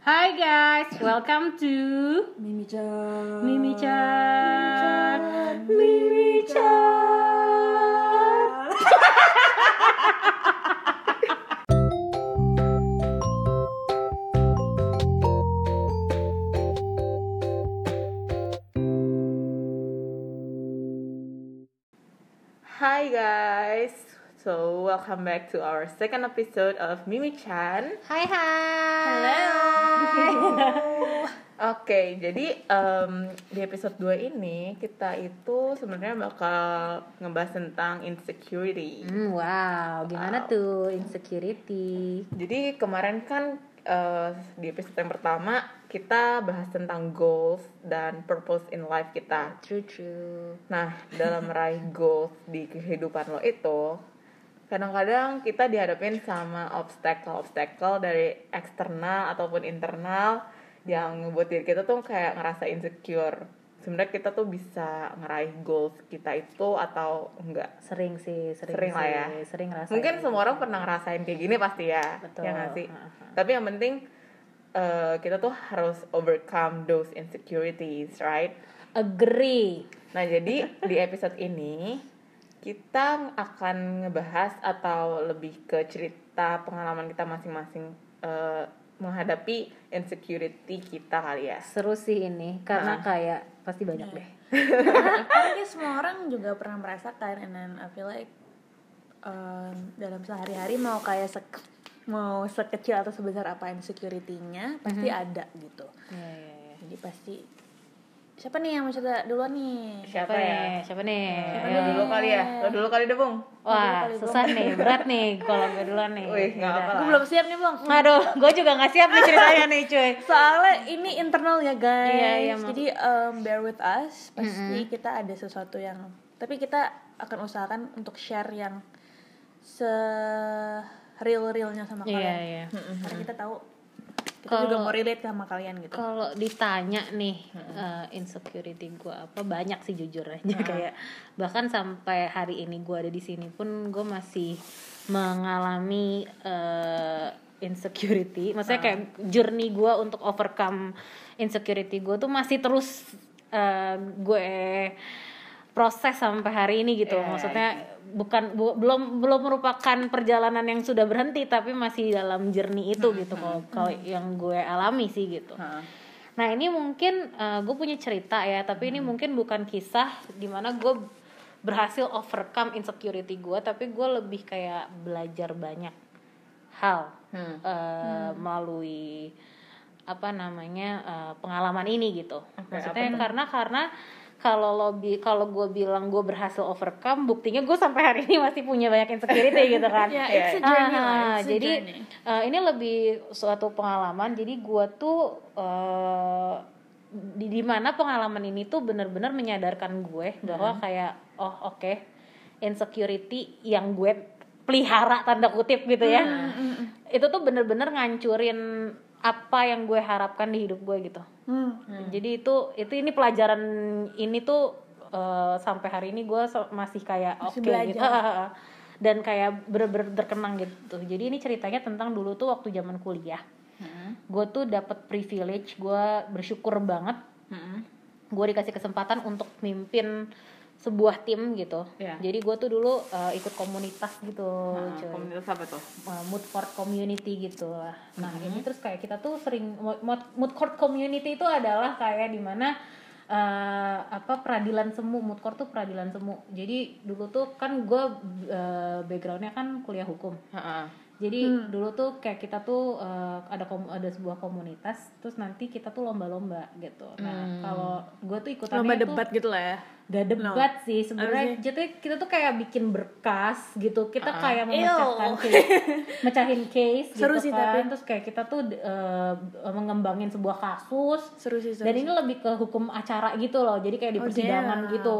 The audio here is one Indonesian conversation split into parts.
Hi guys, welcome to Mimi-chan. Mimi-chan. Hi guys, so welcome back to our second episode of Mimi-chan. Hai. Hello. Oke, jadi di episode 2 ini kita itu sebenarnya bakal ngebahas tentang insecurity. Wow, gimana tuh insecurity? Jadi kemarin kan di episode yang pertama kita bahas tentang goals dan purpose in life kita. True. Nah, dalam meraih goals di kehidupan lo itu, kadang-kadang kita dihadapin sama obstacle dari eksternal ataupun internal yang ngebuat diri kita tuh kayak ngerasa insecure. Sebenarnya kita tuh bisa ngeraih goals kita itu atau enggak? Sering lah ya. Sering ngerasain. Mungkin semua orang pernah ngerasain kayak gini pasti ya. Betul. Ya nggak sih? Tapi yang penting kita tuh harus overcome those insecurities, right? Agree. Nah, jadi di episode ini kita akan ngebahas atau lebih ke cerita pengalaman kita masing-masing menghadapi insecurity kita kali ya. Seru sih ini karena kayak pasti banyak deh. Karena semua orang juga pernah merasakan, and then I feel like dalam sehari-hari mau mau sekecil atau sebesar apa insecurity-nya pasti ada gitu. Iya. Jadi pasti siapa nih yang mau cerita duluan nih? Siapa nih? Lo dulu kali ya? Lo dulu kali deh, Bung. Wah, susah nih, berat nih kalau gue duluan nih. Wih, nggak apa-apa. Gue belum siap nih, Bang. Aduh, gue juga nggak siap nih ceritanya nih, cuy. Soalnya ini internal ya guys. Iya, jadi bear with us. Pasti kita ada sesuatu yang, tapi kita akan usahakan untuk share yang real-realnya sama kalian. Iya. Karena kita tahu kita juga mau relate sama kalian gitu. Kalau ditanya nih insecurity gue apa, banyak sih jujur aja. Kayak bahkan sampai hari ini gue ada di sini pun gue masih mengalami insecurity. Maksudnya kayak journey gue untuk overcome insecurity gue tuh masih terus gue proses sampai hari ini gitu. Maksudnya belum merupakan perjalanan yang sudah berhenti, tapi masih dalam journey itu gitu. Kalau yang gue alami sih gitu. Nah, ini mungkin gue punya cerita ya, tapi ini mungkin bukan kisah dimana gue berhasil overcome insecurity gue, tapi gue lebih kayak belajar banyak hal melalui pengalaman ini gitu. Maksudnya karena kalau gue bilang gue berhasil overcome, buktinya gue sampai hari ini masih punya banyak insecurity gitu kan. It's a journey lah. Jadi ini lebih suatu pengalaman. Jadi gue tuh di mana pengalaman ini tuh benar-benar menyadarkan gue bahwa kayak insecurity yang gue pelihara tanda kutip gitu ya. Itu tuh benar-benar ngancurin apa yang gue harapkan di hidup gue gitu. Jadi ini pelajaran ini tuh sampai hari ini gue masih kayak gitu. Dan kayak bener-bener terkenang gitu. Jadi ini ceritanya tentang dulu tuh waktu zaman kuliah. Gue tuh dapet privilege, gue bersyukur banget. Gue dikasih kesempatan untuk mimpin sebuah tim gitu. Jadi gue tuh dulu ikut komunitas gitu. Komunitas apa tuh? Mood court community gitu. Nah, ini terus kayak kita tuh sering mood court community itu adalah kayak dimana peradilan semu. Mood court tuh peradilan semu. Jadi dulu tuh kan gue backgroundnya kan kuliah hukum. Jadi dulu tuh kayak kita tuh ada sebuah komunitas, terus nanti kita tuh lomba-lomba gitu. Nah, kalau gue tuh ikutannya lomba debat gitu lah ya. Gak debat sih sebenarnya. Jadi kita tuh kayak bikin berkas gitu. Kita kayak mecahin case seru gitu sih, kan. tapi Terus kayak kita tuh mengembangin sebuah kasus. Seru sih. Dan ini lebih ke hukum acara gitu loh. Jadi kayak di persidangan gitu.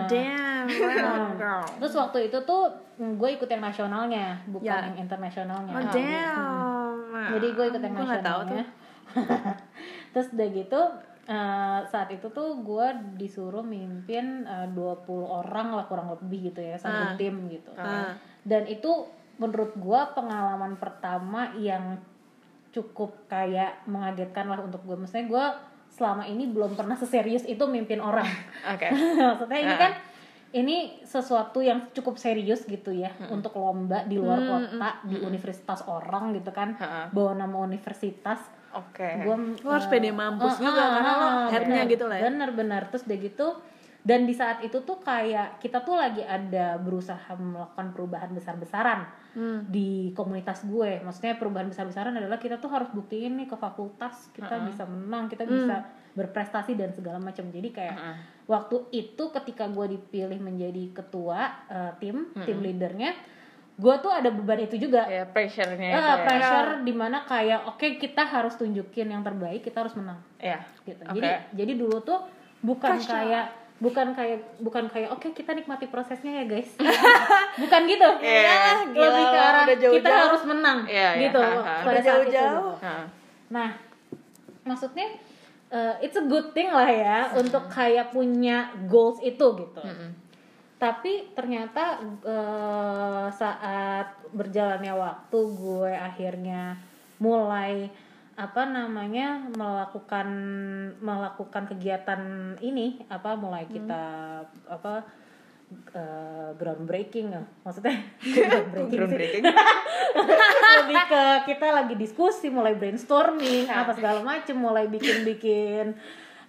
Terus waktu itu tuh gue ikut yang nasionalnya, bukan yang internasionalnya. Jadi gue ikut yang nasionalnya. Terus udah gitu saat itu tuh gue disuruh mimpin 20 orang lah kurang lebih gitu ya, satu tim gitu. Dan itu menurut gue pengalaman pertama yang cukup kayak mengagetkan lah untuk gue. Maksudnya gue selama ini belum pernah seserius itu mimpin orang. Oke. Maksudnya ini kan ini sesuatu yang cukup serius gitu ya, untuk lomba di luar kota di universitas orang gitu kan, bawa nama universitas. Oke. Lo harus pede mampus juga karena lo headnya gitu lah ya. Bener terus udah gitu. Dan di saat itu tuh kayak kita tuh lagi ada berusaha melakukan perubahan besar-besaran di komunitas gue. Maksudnya perubahan besar-besaran adalah kita tuh harus buktiin nih ke fakultas kita bisa menang, kita bisa berprestasi dan segala macam. Jadi kayak waktu itu ketika gue dipilih menjadi ketua tim leadernya, gue tuh ada beban itu juga. Ya, pressure-nya itu ya. Pressure dimana kayak oke, kita harus tunjukin yang terbaik, kita harus menang. Iya. Gitu. Okay. Jadi dulu tuh bukan kayak oke, kita nikmati prosesnya ya guys. Bukan gitu. Lebih ke arah kita harus menang gitu. Pada saat itu gitu. Nah, maksudnya it's a good thing lah ya untuk kayak punya goals itu gitu. Tapi ternyata saat berjalannya waktu, gue akhirnya mulai melakukan kegiatan ini, mulai kita groundbreaking, maksudnya groundbreaking. Lebih ke kita lagi diskusi, mulai brainstorming apa segala macem, mulai bikin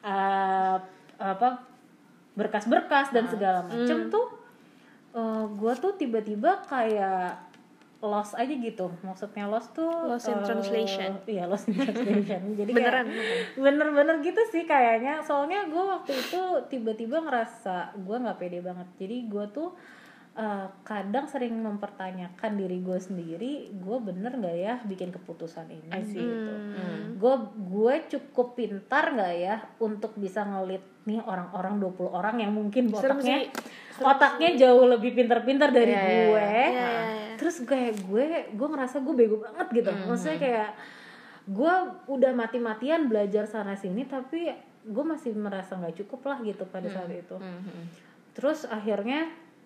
berkas-berkas dan segala macem tuh gue tuh tiba-tiba kayak lost aja gitu. Maksudnya lost tuh lost in translation. Iya, lost in translation. Jadi bener-bener gitu sih kayaknya. Soalnya gue waktu itu tiba-tiba ngerasa gue nggak pede banget. Jadi gue tuh kadang sering mempertanyakan diri gue sendiri, gue bener nggak ya bikin keputusan ini gitu. Gue cukup pintar nggak ya untuk bisa ngelit nih orang-orang 20 orang yang mungkin otaknya jauh lebih pintar-pintar dari gue. Terus kayak gue ngerasa gue bego banget gitu. Maksudnya kayak gue udah mati-matian belajar sana sini, tapi gue masih merasa nggak cukup lah gitu pada saat itu. Terus akhirnya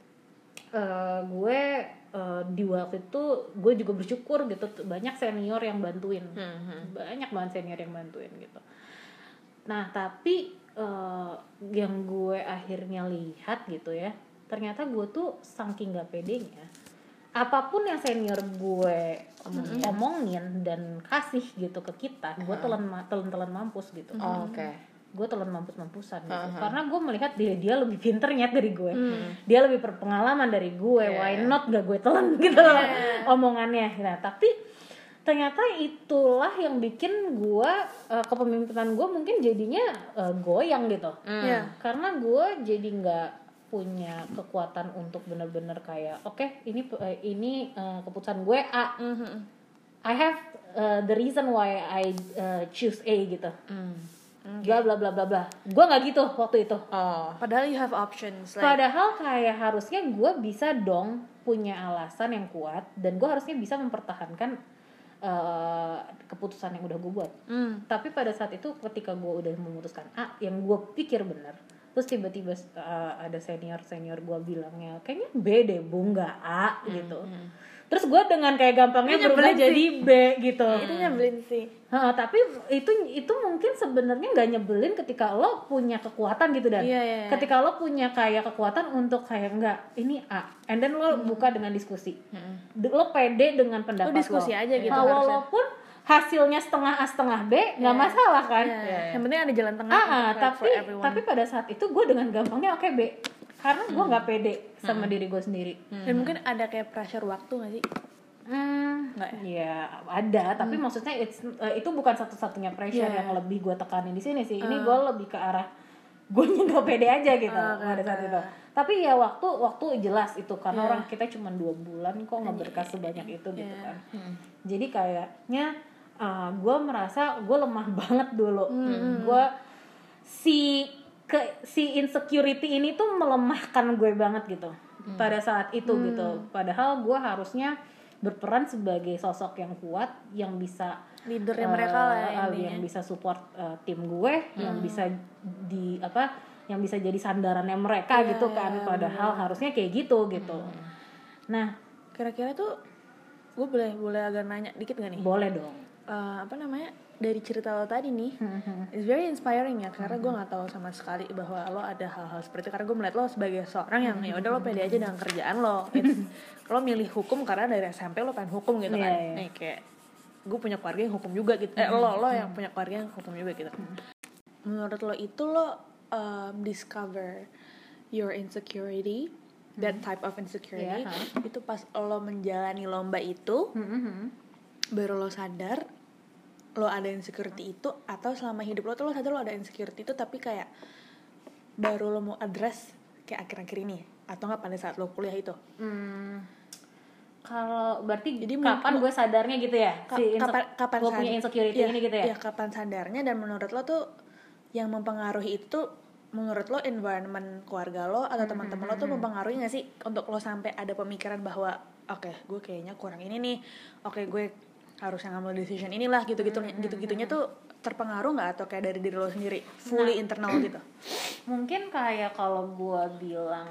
gue di waktu itu gue juga bersyukur gitu, banyak senior yang bantuin, banyak banget senior yang bantuin gitu. Nah tapi yang gue akhirnya lihat gitu ya, ternyata gue tuh saking gak pedenya, apapun yang senior gue omongin dan kasih gitu ke kita, gue telan mampus gitu. Gue telan mampus-mampusan gitu. Karena gue melihat dia lebih pinter nyet dari gue, dia lebih berpengalaman dari gue, why not gak gue telan gitu loh omongannya. Nah tapi ternyata itulah yang bikin gue kepemimpinan gue mungkin jadinya goyang gitu. Karena gue jadi nggak punya kekuatan untuk benar-benar kayak oke, ini keputusan gue A. I have the reason why I choose A gitu. Bla bla bla bla bla. Gue nggak gitu waktu itu. Padahal you have options. Padahal kayak harusnya gue bisa dong punya alasan yang kuat, dan gue harusnya bisa mempertahankan keputusan yang udah gue buat. Tapi pada saat itu ketika gue udah memutuskan A yang gue pikir benar, terus tiba-tiba ada senior gue bilangnya kayaknya B deh bu, nggak A gitu. Terus gue dengan kayak gampangnya berubah jadi B gitu. Itu nyebelin sih. Tapi itu mungkin sebenarnya nggak nyebelin ketika lo punya kekuatan gitu, dan ketika lo punya kayak kekuatan untuk kayak enggak ini A, and then lo buka dengan diskusi, lo pede dengan pendapat lo. Diskusi aja gitu. Walaupun hasilnya setengah A setengah B nggak masalah kan. Yang penting ada jalan tengah. Tapi pada saat itu gue dengan gampangnya oke B. Karena gue nggak pede sama diri gue sendiri. Dan mungkin ada kayak pressure waktu nggak sih? Nggak ya ada, tapi maksudnya itu bukan satu-satunya pressure yang lebih gue tekanin di sini sih. Ini gue lebih ke arah gue nggak pede aja gitu pada saat itu. Tapi ya waktu jelas itu karena orang kita cuma 2 bulan kok ngeberkas sebanyak itu gitu kan. Jadi kayaknya gue merasa gue lemah banget dulu. Gue si insecurity ini tuh melemahkan gue banget gitu pada saat itu gitu. Padahal gue harusnya berperan sebagai sosok yang kuat, yang bisa leadernya mereka lah ya, yang bisa support tim gue, yang bisa yang bisa jadi sandarannya mereka gitu kan. Padahal harusnya kayak gitu. Nah, kira-kira tuh gue boleh agak nanya dikit gak nih? Boleh dong. dari cerita lo tadi nih, it's very inspiring ya, karena gue nggak tahu sama sekali bahwa lo ada hal-hal seperti itu, karena gue melihat lo sebagai seorang yang ya udah lo pede aja dengan kerjaan lo. Lo milih hukum karena dari SMP lo pengen hukum gitu kan. Nih kayak gue punya keluarga yang hukum juga gitu. Lo yang punya keluarga yang hukum juga gitu. Menurut lo itu lo discover your insecurity, that type of insecurity, itu pas lo menjalani lomba itu, baru lo sadar lo ada insecurity itu, atau selama hidup lo tuh lo sadar lo ada insecurity itu tapi kayak baru lo mau address kayak akhir-akhir ini, atau nggak pada saat lo kuliah itu? Kalau berarti jadi kapan gue sadarnya gitu ya? Kapan gue punya insecurity ini gitu ya? Iya, kapan sadarnya, dan menurut lo tuh yang mempengaruhi itu, menurut lo environment keluarga lo atau teman-teman lo tuh mempengaruhi nggak sih untuk lo sampai ada pemikiran bahwa oke, gue kayaknya kurang ini nih, oke gue harus yang ngambil decision inilah, gitu-gitunya tuh terpengaruh nggak, atau kayak dari diri lo sendiri fully internal gitu? Mungkin kayak kalau gue bilang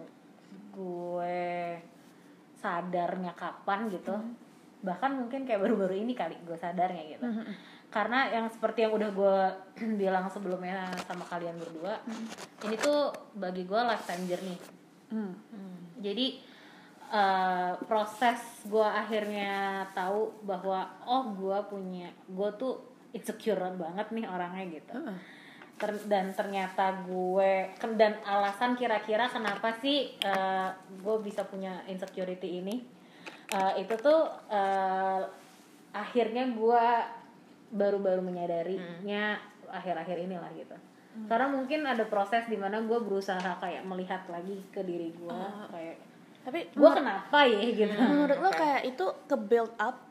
gue sadarnya kapan gitu, bahkan mungkin kayak baru-baru ini kali gue sadarnya gitu. Karena yang seperti yang udah gue bilang sebelumnya sama kalian berdua, ini tuh bagi gue lifetime journey. Jadi proses gue akhirnya tahu bahwa gue tuh insecure banget nih orangnya gitu. Dan ternyata dan alasan kira-kira kenapa sih gue bisa punya insecurity ini, itu tuh akhirnya gue baru-baru menyadarinya akhir-akhir inilah gitu. Karena mungkin ada proses dimana gue berusaha kayak melihat lagi ke diri gue, kayak tapi gue kenapa ya gitu. Menurut lo kayak itu ke build up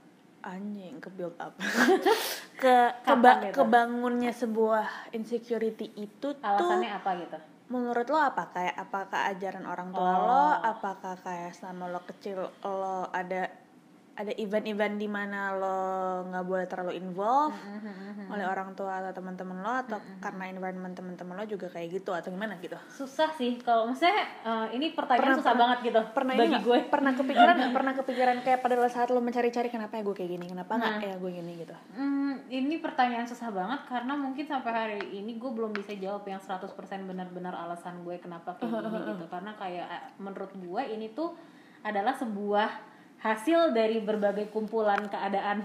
kebangunnya sebuah insecurity itu alasannya tuh apa gitu? Menurut lo apa? Kayak apakah ajaran orang tua lo, apakah kayak selama lo kecil lo ada event-event di mana lo nggak boleh terlalu involve oleh orang tua atau teman-teman lo, atau karena environment teman-teman lo juga kayak gitu, atau gimana gitu? Susah sih kalau maksudnya ini pertanyaan susah banget gitu bagi gue. Pernah kepikiran kayak pada saat lo mencari-cari kenapa ya gue kayak gini, kenapa nggak ya gue gini gitu? Ini pertanyaan susah banget karena mungkin sampai hari ini gue belum bisa jawab yang 100% benar-benar alasan gue kenapa kayak gini gitu. Karena kayak menurut gue ini tuh adalah sebuah hasil dari berbagai kumpulan keadaan,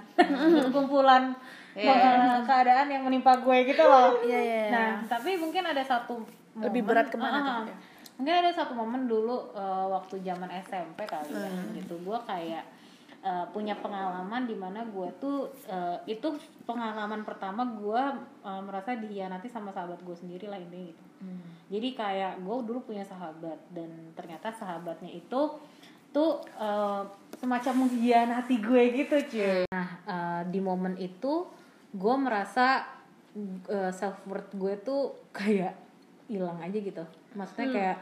keadaan yang menimpa gue gitu loh. Nah, tapi mungkin ada satu momen, lebih berat kemana tuh? Mungkin ada satu momen dulu waktu zaman SMP kali ya, gitu. Gue kayak punya pengalaman di mana gue tuh itu pengalaman pertama gue merasa dihianati sama sahabat gue sendiri lah ini gitu. Jadi kayak gue dulu punya sahabat dan ternyata sahabatnya itu tuh semacam mengkhianati gue gitu cuy. Nah di momen itu gue merasa self worth gue tuh kayak hilang aja gitu. Maksudnya kayak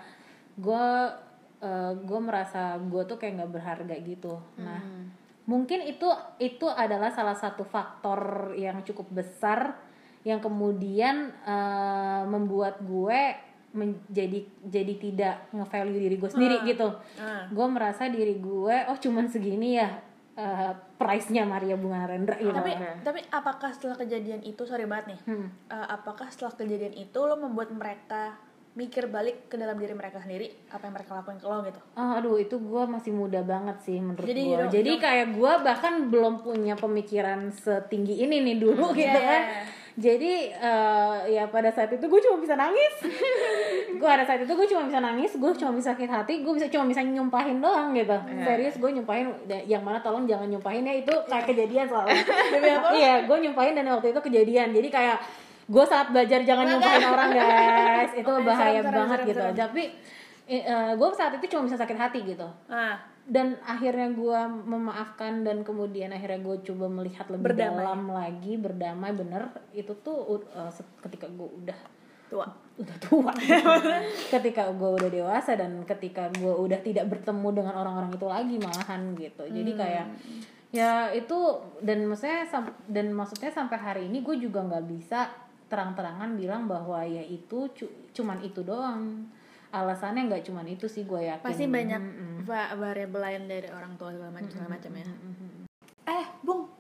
gue merasa gue tuh kayak nggak berharga gitu. Nah mungkin itu adalah salah satu faktor yang cukup besar yang kemudian membuat gue jadi tidak nge-value diri gue sendiri gitu. Gue merasa diri gue cuman segini ya price-nya Maria Bunga Narendra gitu. Tapi apakah setelah kejadian itu, sorry banget nih, apakah setelah kejadian itu lo membuat mereka mikir balik ke dalam diri mereka sendiri apa yang mereka lakuin ke lo gitu? Aduh itu gue masih muda banget sih menurut gue. Jadi kayak gue bahkan belum punya pemikiran setinggi ini nih dulu gitu kan. Jadi ya pada saat itu gue cuma bisa nangis. Gue cuma bisa sakit hati, cuma bisa nyumpahin doang gitu. Serius gue nyumpahin, yang mana tolong jangan nyumpahin ya, itu kayak kejadian soalnya. Iya, gue nyumpahin dan waktu itu kejadian. Jadi kayak gue saat belajar jangan nyumpahin orang guys, itu bahaya banget gitu. Tapi gue saat itu cuma bisa sakit hati gitu. Dan akhirnya gue memaafkan dan kemudian akhirnya gue coba melihat lebih dalam lagi, berdamai bener. Itu tuh ketika gue udah tua ketika gue udah dewasa dan ketika gue udah tidak bertemu dengan orang-orang itu lagi malahan gitu. Jadi kayak ya itu, dan maksudnya sampai hari ini gue juga nggak bisa terang-terangan bilang bahwa ya itu cuman itu doang. Alasannya nggak cuman itu sih, gue yakin pasti banyak variabel lain dari orang tua segala macam ya. Bung,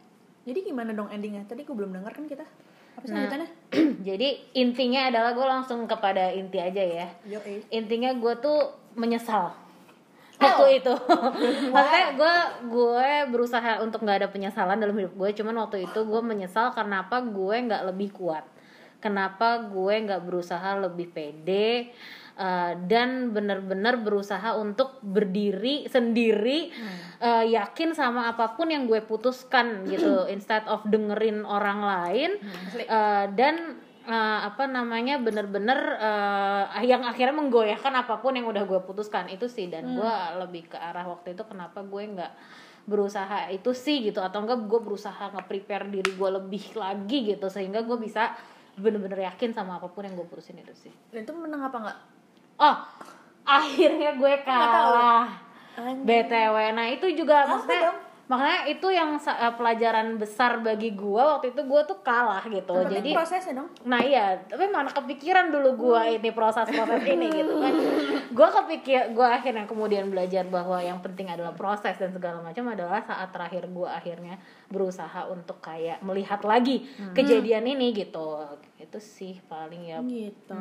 Jadi gimana dong endingnya? Tadi gue belum dengar kan kita. Apa sih lanjutannya? Jadi intinya adalah gue langsung kepada inti aja ya. Intinya gue tuh menyesal waktu itu. Maksudnya gue berusaha untuk nggak ada penyesalan dalam hidup gue. Cuman waktu itu gue menyesal kenapa gue nggak lebih kuat, kenapa gue nggak berusaha lebih pede. Dan benar-benar berusaha untuk berdiri sendiri, yakin sama apapun yang gue putuskan gitu, instead of dengerin orang lain, dan benar-benar yang akhirnya menggoyahkan apapun yang udah gue putuskan itu sih. Dan gue lebih ke arah waktu itu kenapa gue nggak berusaha itu sih gitu, atau enggak gue berusaha nge-prepare diri gue lebih lagi gitu sehingga gue bisa benar-benar yakin sama apapun yang gue putusin itu sih. Dan itu menang apa enggak? Oh, akhirnya gue kalah. BTW, nah itu juga makanya itu yang pelajaran besar bagi gue waktu itu. Gue tuh kalah gitu. Jadi prosesnya dong. Nah iya, tapi mana kepikiran dulu gue ini proses ini gitu kan. Gue akhirnya kemudian belajar bahwa yang penting adalah proses dan segala macam adalah saat terakhir gue akhirnya berusaha untuk kayak melihat lagi kejadian ini gitu. Itu sih paling ya. Gitu.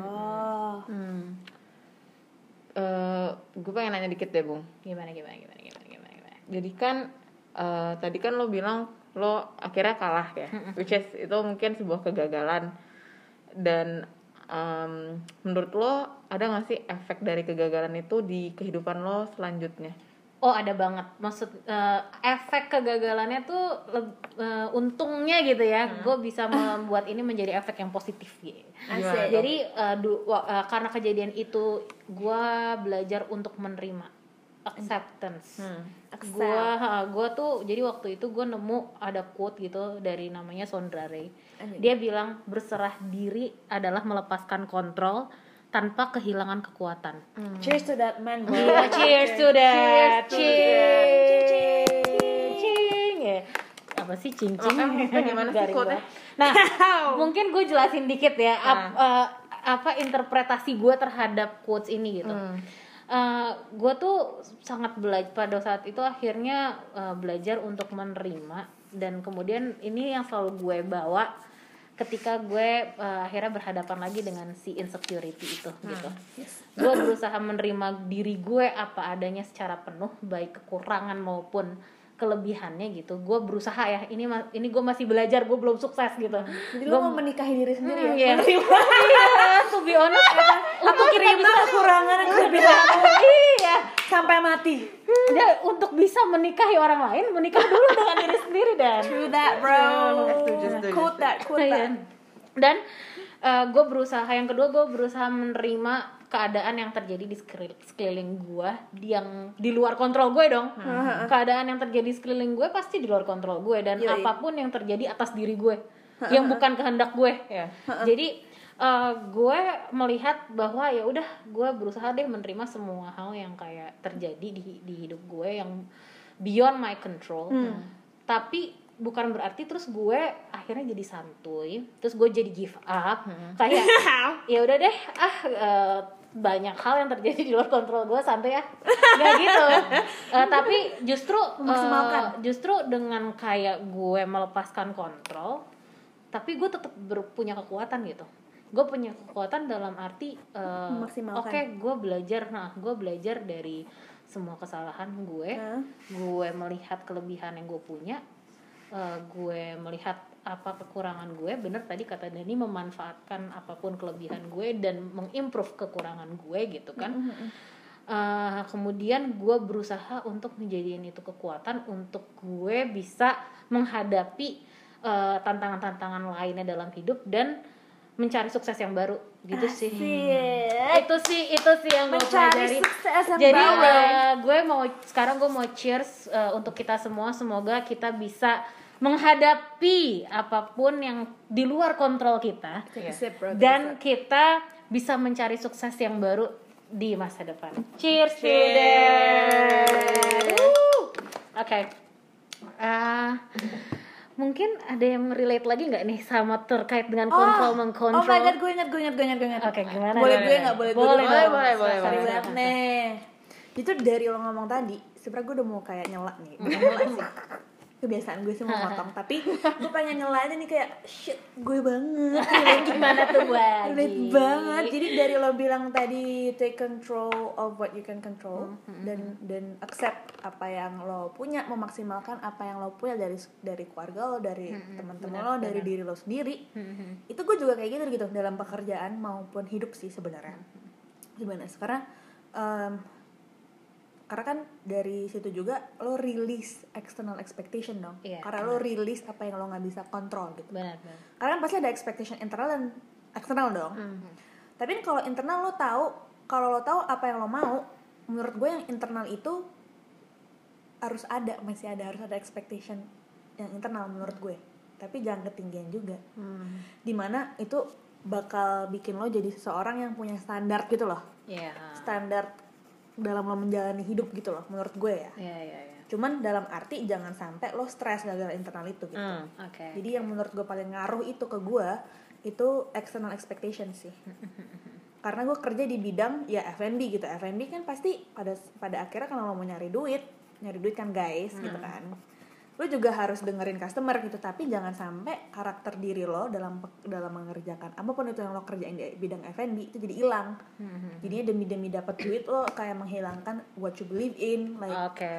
Gue pengen nanya dikit deh, Bung. Gimana. Jadi kan tadi kan lo bilang lo akhirnya kalah ya, which is itu mungkin sebuah kegagalan. Dan menurut lo ada nggak sih efek dari kegagalan itu di kehidupan lo selanjutnya? Oh, ada banget. Efek kegagalannya tuh untungnya gitu ya, gue bisa membuat ini menjadi efek yang positif gitu. Jadi karena kejadian itu gue belajar untuk menerima, acceptance. Gue tuh jadi waktu itu gue nemu ada quote gitu dari namanya Sondra Ray. Dia bilang berserah diri adalah melepaskan kontrol tanpa kehilangan kekuatan. Cheers to that man. Cheers to that. Cheers. Yeah. Apa sih cincin? Gimana sih quote-nya? Nah, mungkin gue jelasin dikit ya apa interpretasi gue terhadap quotes ini gitu. Gue tuh sangat belajar pada saat itu akhirnya belajar untuk menerima, dan kemudian ini yang selalu gue bawa ketika gue akhirnya berhadapan lagi dengan si insecurity itu gitu. Gue berusaha menerima diri gue apa adanya secara penuh, baik kekurangan maupun kelebihannya gitu. Gue berusaha ya, ini gue masih belajar, gue belum sukses gitu. Jadi lo mau menikahi diri sendiri ya? Iya, to be honest ya, untuk terima kekurangan dan kelebihan iya, sampai mati. Ya, untuk bisa menikahi orang lain, menikah dulu dengan diri sendiri. Dan True that, bro. Setuju. Quote that. Dan gue berusaha, yang kedua gue berusaha menerima keadaan yang terjadi di sekeliling gue, yang di luar kontrol gue dong. Keadaan yang terjadi sekeliling gue pasti di luar kontrol gue, dan apapun yang terjadi atas diri gue yang bukan kehendak gue. Jadi gue melihat bahwa ya udah, gue berusaha deh menerima semua hal yang kayak terjadi di hidup gue yang beyond my control. Tapi bukan berarti terus gue akhirnya jadi santuy, terus gue jadi give up, kayak ya udah deh banyak hal yang terjadi di luar kontrol gue, santai ya, nggak gitu. Tapi justru dengan kayak gue melepaskan kontrol, tapi gue tetap punya kekuatan gitu. Gue punya kekuatan dalam arti oke, gue belajar dari semua kesalahan gue. Gue melihat kelebihan yang gue punya, gue melihat apa kekurangan gue. Bener tadi kata Dani, memanfaatkan apapun kelebihan gue dan mengimprove kekurangan gue gitu kan. Kemudian gue berusaha untuk menjadikan itu kekuatan untuk gue bisa menghadapi tantangan-tantangan lainnya dalam hidup dan mencari sukses yang baru gitu. Asik. sih. Itu sih yang gue pelajari. Jadi gue mau cheers untuk kita semua. Semoga kita bisa menghadapi apapun yang di luar kontrol kita, dan kita bisa mencari sukses yang baru di masa depan. Cheers to that. Oke. Mungkin ada yang relate lagi nggak nih sama terkait dengan kontrol mengkontrol? Oh my god, gue ingat. Oke, gimana? Boleh gue nggak? Boleh. Boleh. Nih, itu dari lo ngomong tadi, sebenernya gue udah mau kayak nyela nih. Bukan nyela sih. kebiasaan gue sih mau motong, tapi gue pengen ngelain nih kayak shit gue banget. Gimana tuh relate banget. Jadi dari lo bilang tadi take control of what you can control dan accept apa yang lo punya, memaksimalkan apa yang lo punya dari keluarga lo, dari teman-teman lo, dari diri lo sendiri. Itu gue juga kayak gitu dalam pekerjaan maupun hidup sih sebenarnya. Gimana sekarang karena kan dari situ juga lo release external expectation dong, karena lo release apa yang lo nggak bisa kontrol gitu. Benar. Karena kan pasti ada expectation internal dan eksternal dong. Tapi kalau internal lo tahu, kalau lo tahu apa yang lo mau, menurut gue yang internal itu harus ada, harus ada expectation yang internal menurut gue. Tapi jangan ketinggian juga. Dimana itu bakal bikin lo jadi seseorang yang punya standar gitu loh. Standar dalam lo menjalani hidup gitu loh menurut gue ya. Cuman dalam arti jangan sampai lo stres gara-gara internal itu gitu. Jadi yang menurut gue paling ngaruh itu ke gue itu external expectation sih. Karena gue kerja di bidang ya F&B gitu. F&B kan pasti pada akhirnya kalau lo mau nyari duit kan guys gitu kan. Lo juga harus dengerin customer gitu, tapi jangan sampai karakter diri lo dalam mengerjakan apapun itu yang lo kerjain di bidang F&B itu jadi hilang. Jadinya demi dapat duit lo kayak menghilangkan what you believe in, like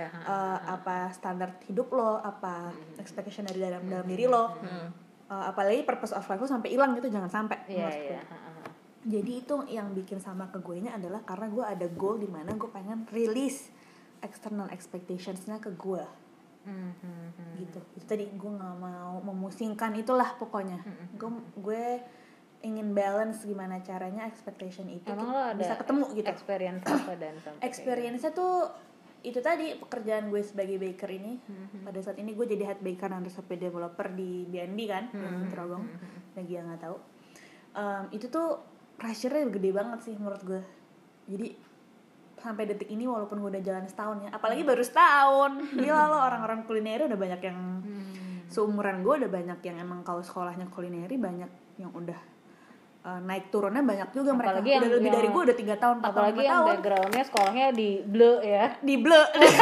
apa standar hidup lo, apa expectation dari dalam diri lo, apalagi purpose of life lo sampai hilang gitu, jangan sampai. Jadi itu yang bikin sama ke gue nya adalah karena gue ada goal di mana gue pengen release external expectationsnya ke gue. Gitu. Itu tadi gue nggak mau memusingkan itulah pokoknya. Gue ingin balance gimana caranya expectation itu bisa ketemu gitu. Experience apa dan experience-nya tuh itu tadi pekerjaan gue sebagai baker ini. Pada saat ini gue jadi head baker dan recipe developer di BNB kan, Terogong. Bagi yang nggak tahu, itu tuh pressure-nya gede banget sih menurut gue. Jadi sampai detik ini walaupun gue udah jalan setahun ya, apalagi baru setahun, gila lo, orang-orang kulineri udah banyak yang seumuran gue, udah banyak yang emang kalau sekolahnya kulineri, banyak yang udah naik turunnya banyak juga. Mereka apalagi udah lebih dari gue, udah 3 tahun 4 tahun, 5 tahun. Apalagi yang backgroundnya sekolahnya di Ble ya, di Ble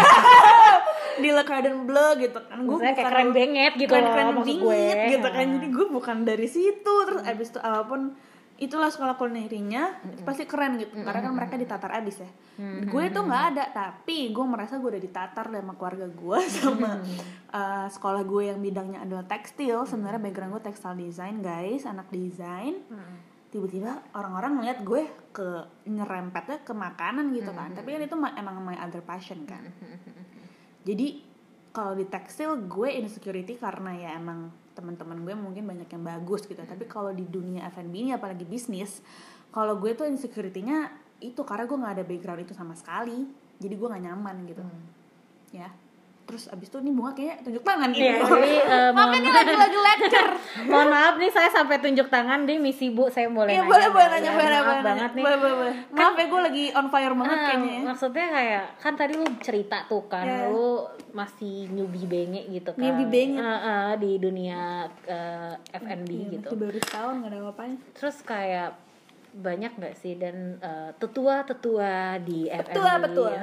di Le Cordon Bleu gitu kan. Gue bukan kayak keren banget gitu loh maksud gue gitu kan. Jadi gue bukan dari situ. Terus abis itu apapun itulah sekolah kulinerinya pasti keren gitu, karena kan mereka ditatar abis ya. Gue tuh nggak ada, tapi gue merasa gue udah ditatar sama keluarga gue sama sekolah gue yang bidangnya adalah tekstil. Sebenarnya background gue textile design guys, anak desain. Tiba-tiba orang-orang ngeliat gue ke nyerempetnya ke makanan gitu kan, tapi kan itu emang my other passion kan. Jadi kalau di tekstil gue insecurity karena ya emang teman-teman gue mungkin banyak yang bagus gitu. Tapi kalau di dunia F&B ini apalagi bisnis, kalau gue tuh insecurity-nya itu karena gue nggak ada background itu sama sekali. Jadi gue nggak nyaman gitu. Ya. Terus abis itu nih bunga kayaknya tunjuk tangan gitu. Jadi makanya lagi lecture. Mohon maaf nih saya sampai tunjuk tangan di misi Bu, saya boleh nanya. Boleh nanya. Maaf banget nih. Maaf ya, gue lagi on fire banget kayaknya. Maksudnya kayak kan tadi lu cerita tuh kan, lu masih newbie benge gitu kan. Newbie benge di dunia F&B gitu. Masih baru tahun nggak ada apa-apanya. Terus kayak banyak nggak sih dan tetua-tetua di F&B. Betul.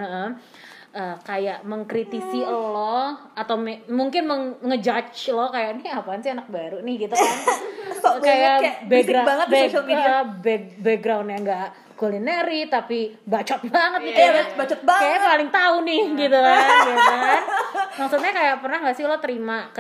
Kayak mengkritisi lo atau mungkin ngejudge lo kayak ini apaan sih anak baru nih gitu kan. Kayak backgroundnya nggak kulineri tapi bacot banget nih, bacot banget, kayak paling tahu nih gitu kan. Maksudnya kayak pernah nggak sih lo terima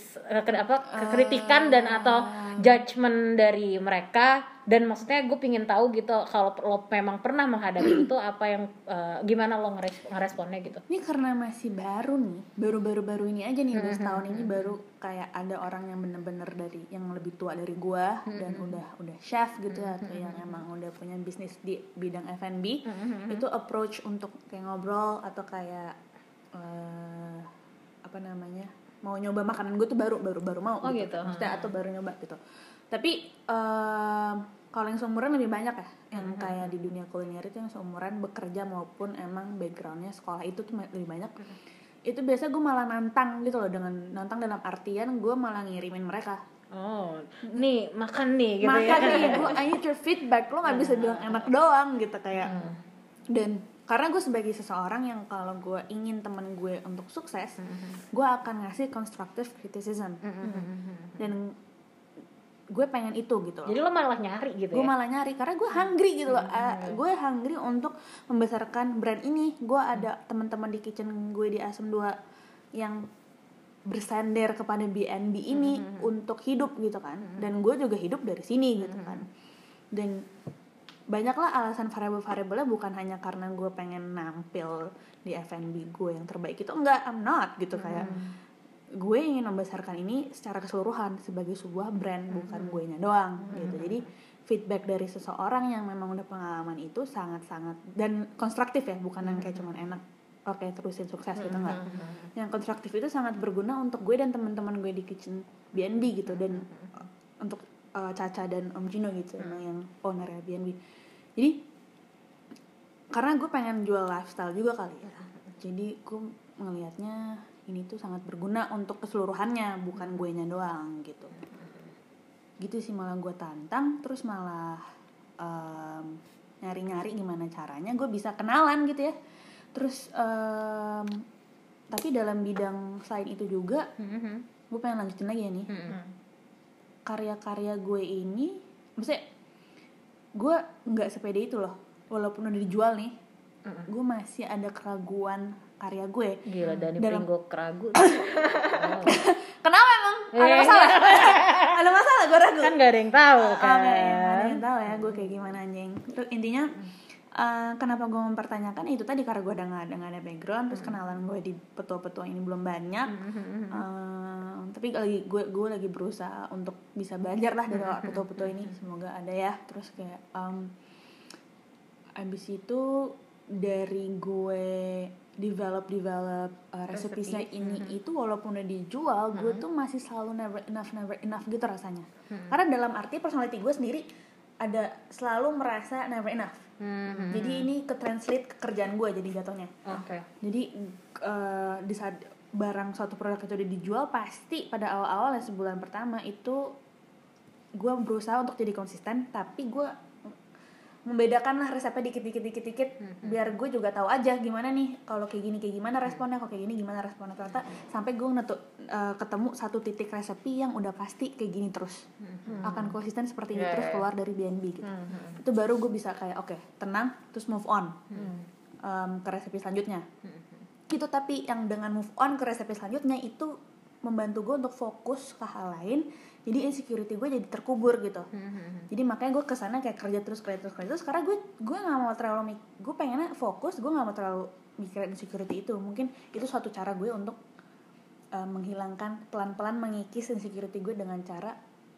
kritikan dan atau judgement dari mereka, dan maksudnya gue pingin tahu gitu kalau lo memang pernah menghadapi itu, apa yang gimana lo ngeresponnya gitu. Ini karena masih baru nih, baru ini aja nih, udah setahun ini baru kayak ada orang yang bener-bener dari yang lebih tua dari gue dan udah chef gitu atau yang emang udah punya bisnis di bidang F&B, itu approach untuk kayak ngobrol atau kayak mau nyoba makanan gue tuh baru mau gitu. Maksudnya atau baru nyoba gitu. Tapi kalau yang seumuran lebih banyak ya, yang kayak di dunia kuliner itu yang seumuran bekerja maupun emang backgroundnya sekolah itu tuh lebih banyak. Itu biasa gue malah nantang gitu loh, dengan nantang dalam artian gue malah ngirimin mereka. Nih makan nih gitu ya. Makan nih, gue I need your feedback, lo nggak bisa bilang enak doang gitu kayak. Dan karena gue sebagai seseorang yang kalau gue ingin temen gue untuk sukses, gue akan ngasih constructive criticism, dan gue pengen itu gitu loh. Jadi lo malah nyari gitu Gue ya? malah nyari karena gue hungry gitu loh. Gue hungry untuk membesarkan brand ini. Gue ada teman-teman di kitchen gue di Asem 2 yang bersandar kepada BNB ini untuk hidup gitu kan. Dan gue juga hidup dari sini gitu kan. Dan banyaklah alasan variabel-variabelnya, bukan hanya karena gue pengen nampil di F&B gue yang terbaik itu. Enggak, I'm not gitu. Kayak gue ingin membesarkan ini secara keseluruhan sebagai sebuah brand, bukan gue nya doang gitu. Jadi feedback dari seseorang yang memang udah pengalaman itu sangat-sangat, dan konstruktif ya, bukan yang kayak cuman enak oke terusin sukses gitu, enggak. Yang konstruktif itu sangat berguna untuk gue dan teman-teman gue di kitchen BNB gitu, dan untuk Caca dan Om Gino gitu, yang ownernya BNB. Jadi karena gue pengen jual lifestyle juga kali ya, jadi gue ngelihatnya ini tuh sangat berguna untuk keseluruhannya, bukan gue nya doang gitu. Gitu sih, malah gue tantang, terus malah nyari-nyari gimana caranya gue bisa kenalan gitu ya. Terus tapi dalam bidang selain itu juga gue pengen lanjutin lagi ya nih. Karya-karya gue ini, maksudnya gue nggak sepede itu loh, walaupun udah dijual nih, gue masih ada keraguan karya gue. Gila, Dani dalam... Pringgo keragu. Kenapa emang? Ada masalah? Ada masalah gue ragu? Kan gak ada yang tahu kan. Gak ada yang tahu ya gue kayak gimana anjing. Terus intinya kenapa gue mempertanyakan itu tadi, karena gue udah nggak ada background, terus kenalan gue di petua-petua ini belum banyak. Tapi gue lagi berusaha untuk bisa belajar lah dari petua-petua ini, semoga ada ya. Terus kayak abis itu dari gue develop resepnya ini itu, walaupun udah dijual, gue tuh masih selalu never enough gitu rasanya. Karena dalam arti personality gue sendiri ada selalu merasa never enough. Jadi ini ke translate ke kerjaan gue jadi jatuhnya. Jadi di saat barang suatu produk itu udah dijual, pasti pada awal-awal sebulan pertama itu gue berusaha untuk jadi konsisten, tapi gue membedakan lah resepnya dikit biar gue juga tahu aja gimana nih kalau kayak gini kayak gimana responnya, kalau kayak gini gimana responnya, ternyata sampai gue ketemu satu titik resepi yang udah pasti kayak gini terus akan konsisten seperti ini terus keluar dari BNB gitu. Itu baru gue bisa kayak oke, tenang, terus move on ke resepi selanjutnya gitu. Tapi yang dengan move on ke resepi selanjutnya itu membantu gue untuk fokus ke hal lain, jadi insecurity gue jadi terkubur gitu. Jadi makanya gue kesana kayak kerja terus karena gue nggak mau terlalu gue pengennya fokus, gue nggak mau terlalu mikirin insecurity itu. Mungkin itu suatu cara gue untuk menghilangkan, pelan-pelan mengikis insecurity gue dengan cara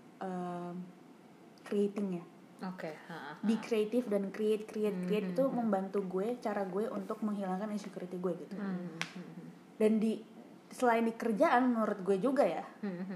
creating ya. Be creative dan create itu membantu gue, cara gue untuk menghilangkan insecurity gue gitu. Dan selain di kerjaan, menurut gue juga ya,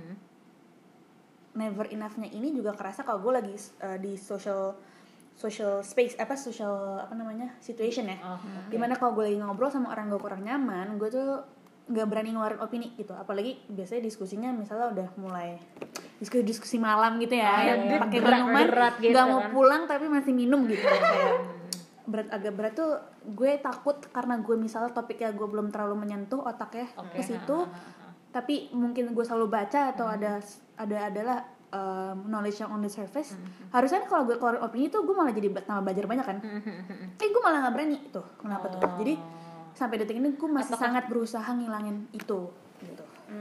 never enough-nya ini juga kerasa kalau gue lagi di social space, situation ya. Dimana kalau gue lagi ngobrol sama orang gue kurang nyaman, gue tuh nggak berani ngeluarin opini gitu. Apalagi biasanya diskusinya misalnya udah mulai diskusi malam gitu ya, pakai minuman, gitu nggak mau kan. pulang tapi masih minum gitu. Agak berat tuh gue takut, karena gue misalnya topiknya gue belum terlalu menyentuh otaknya ke situ, tapi mungkin gue selalu baca atau adalah knowledge yang on the surface. Harusnya kalau gue keluarin opini tuh gue malah jadi tambah belajar banyak kan. Gue malah nggak berani tuh. Kenapa tuh? Jadi sampai detik ini gue masih sangat berusaha ngilangin itu gitu.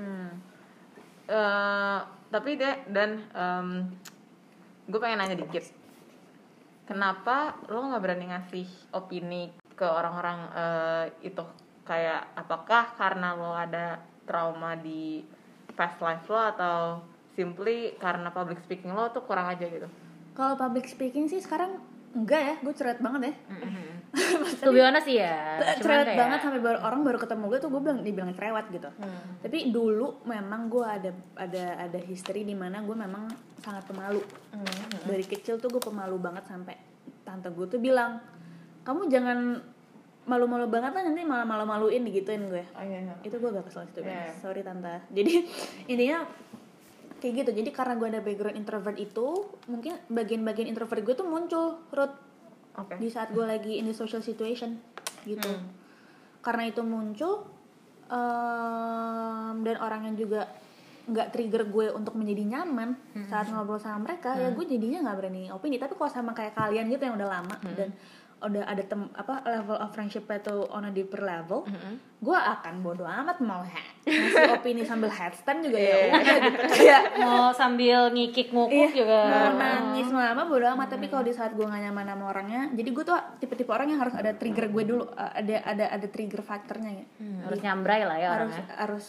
Tapi gue pengen nanya dikit, kenapa lo nggak berani ngasih opini ke orang-orang itu? Kayak apakah karena lo ada trauma di past life lo, atau simply karena public speaking lo tuh kurang aja gitu? Kalau public speaking sih sekarang enggak ya, gue cerewet banget ya. To be honest sih ya, cerewet banget sampai orang baru ketemu gue tuh gue dibilang cerewet gitu. Tapi dulu memang gue ada history di mana gue memang sangat pemalu. Dari kecil tuh gue pemalu banget, sampai tante gue tuh bilang, kamu jangan malu-malu banget lah, nanti malah malu-maluin digituin gue. Itu gue gak kesel situ, sorry tante. Jadi intinya kayak gitu. Jadi karena gue ada background introvert itu, mungkin bagian-bagian introvert gue tuh muncul di saat gue lagi in the social situation. gitu. Karena itu muncul dan orangnya juga nggak trigger gue untuk menjadi nyaman saat ngobrol sama mereka, ya gue jadinya nggak berani opini. Tapi kalau sama kayak kalian gitu yang udah lama dan udah ada level of friendship itu on a deeper level, gue akan bodo amat mau ngasih opini sambil headstand juga ya udah gitu, kayak mau sambil ngikik-ngukuk juga mau nangis lama bodo amat. Tapi kalau di saat gue gak nyaman sama orangnya, jadi gue tuh tipe-tipe orang yang harus ada trigger gue dulu, ada trigger faktornya ya. harus nyambrai lah ya orangnya. harus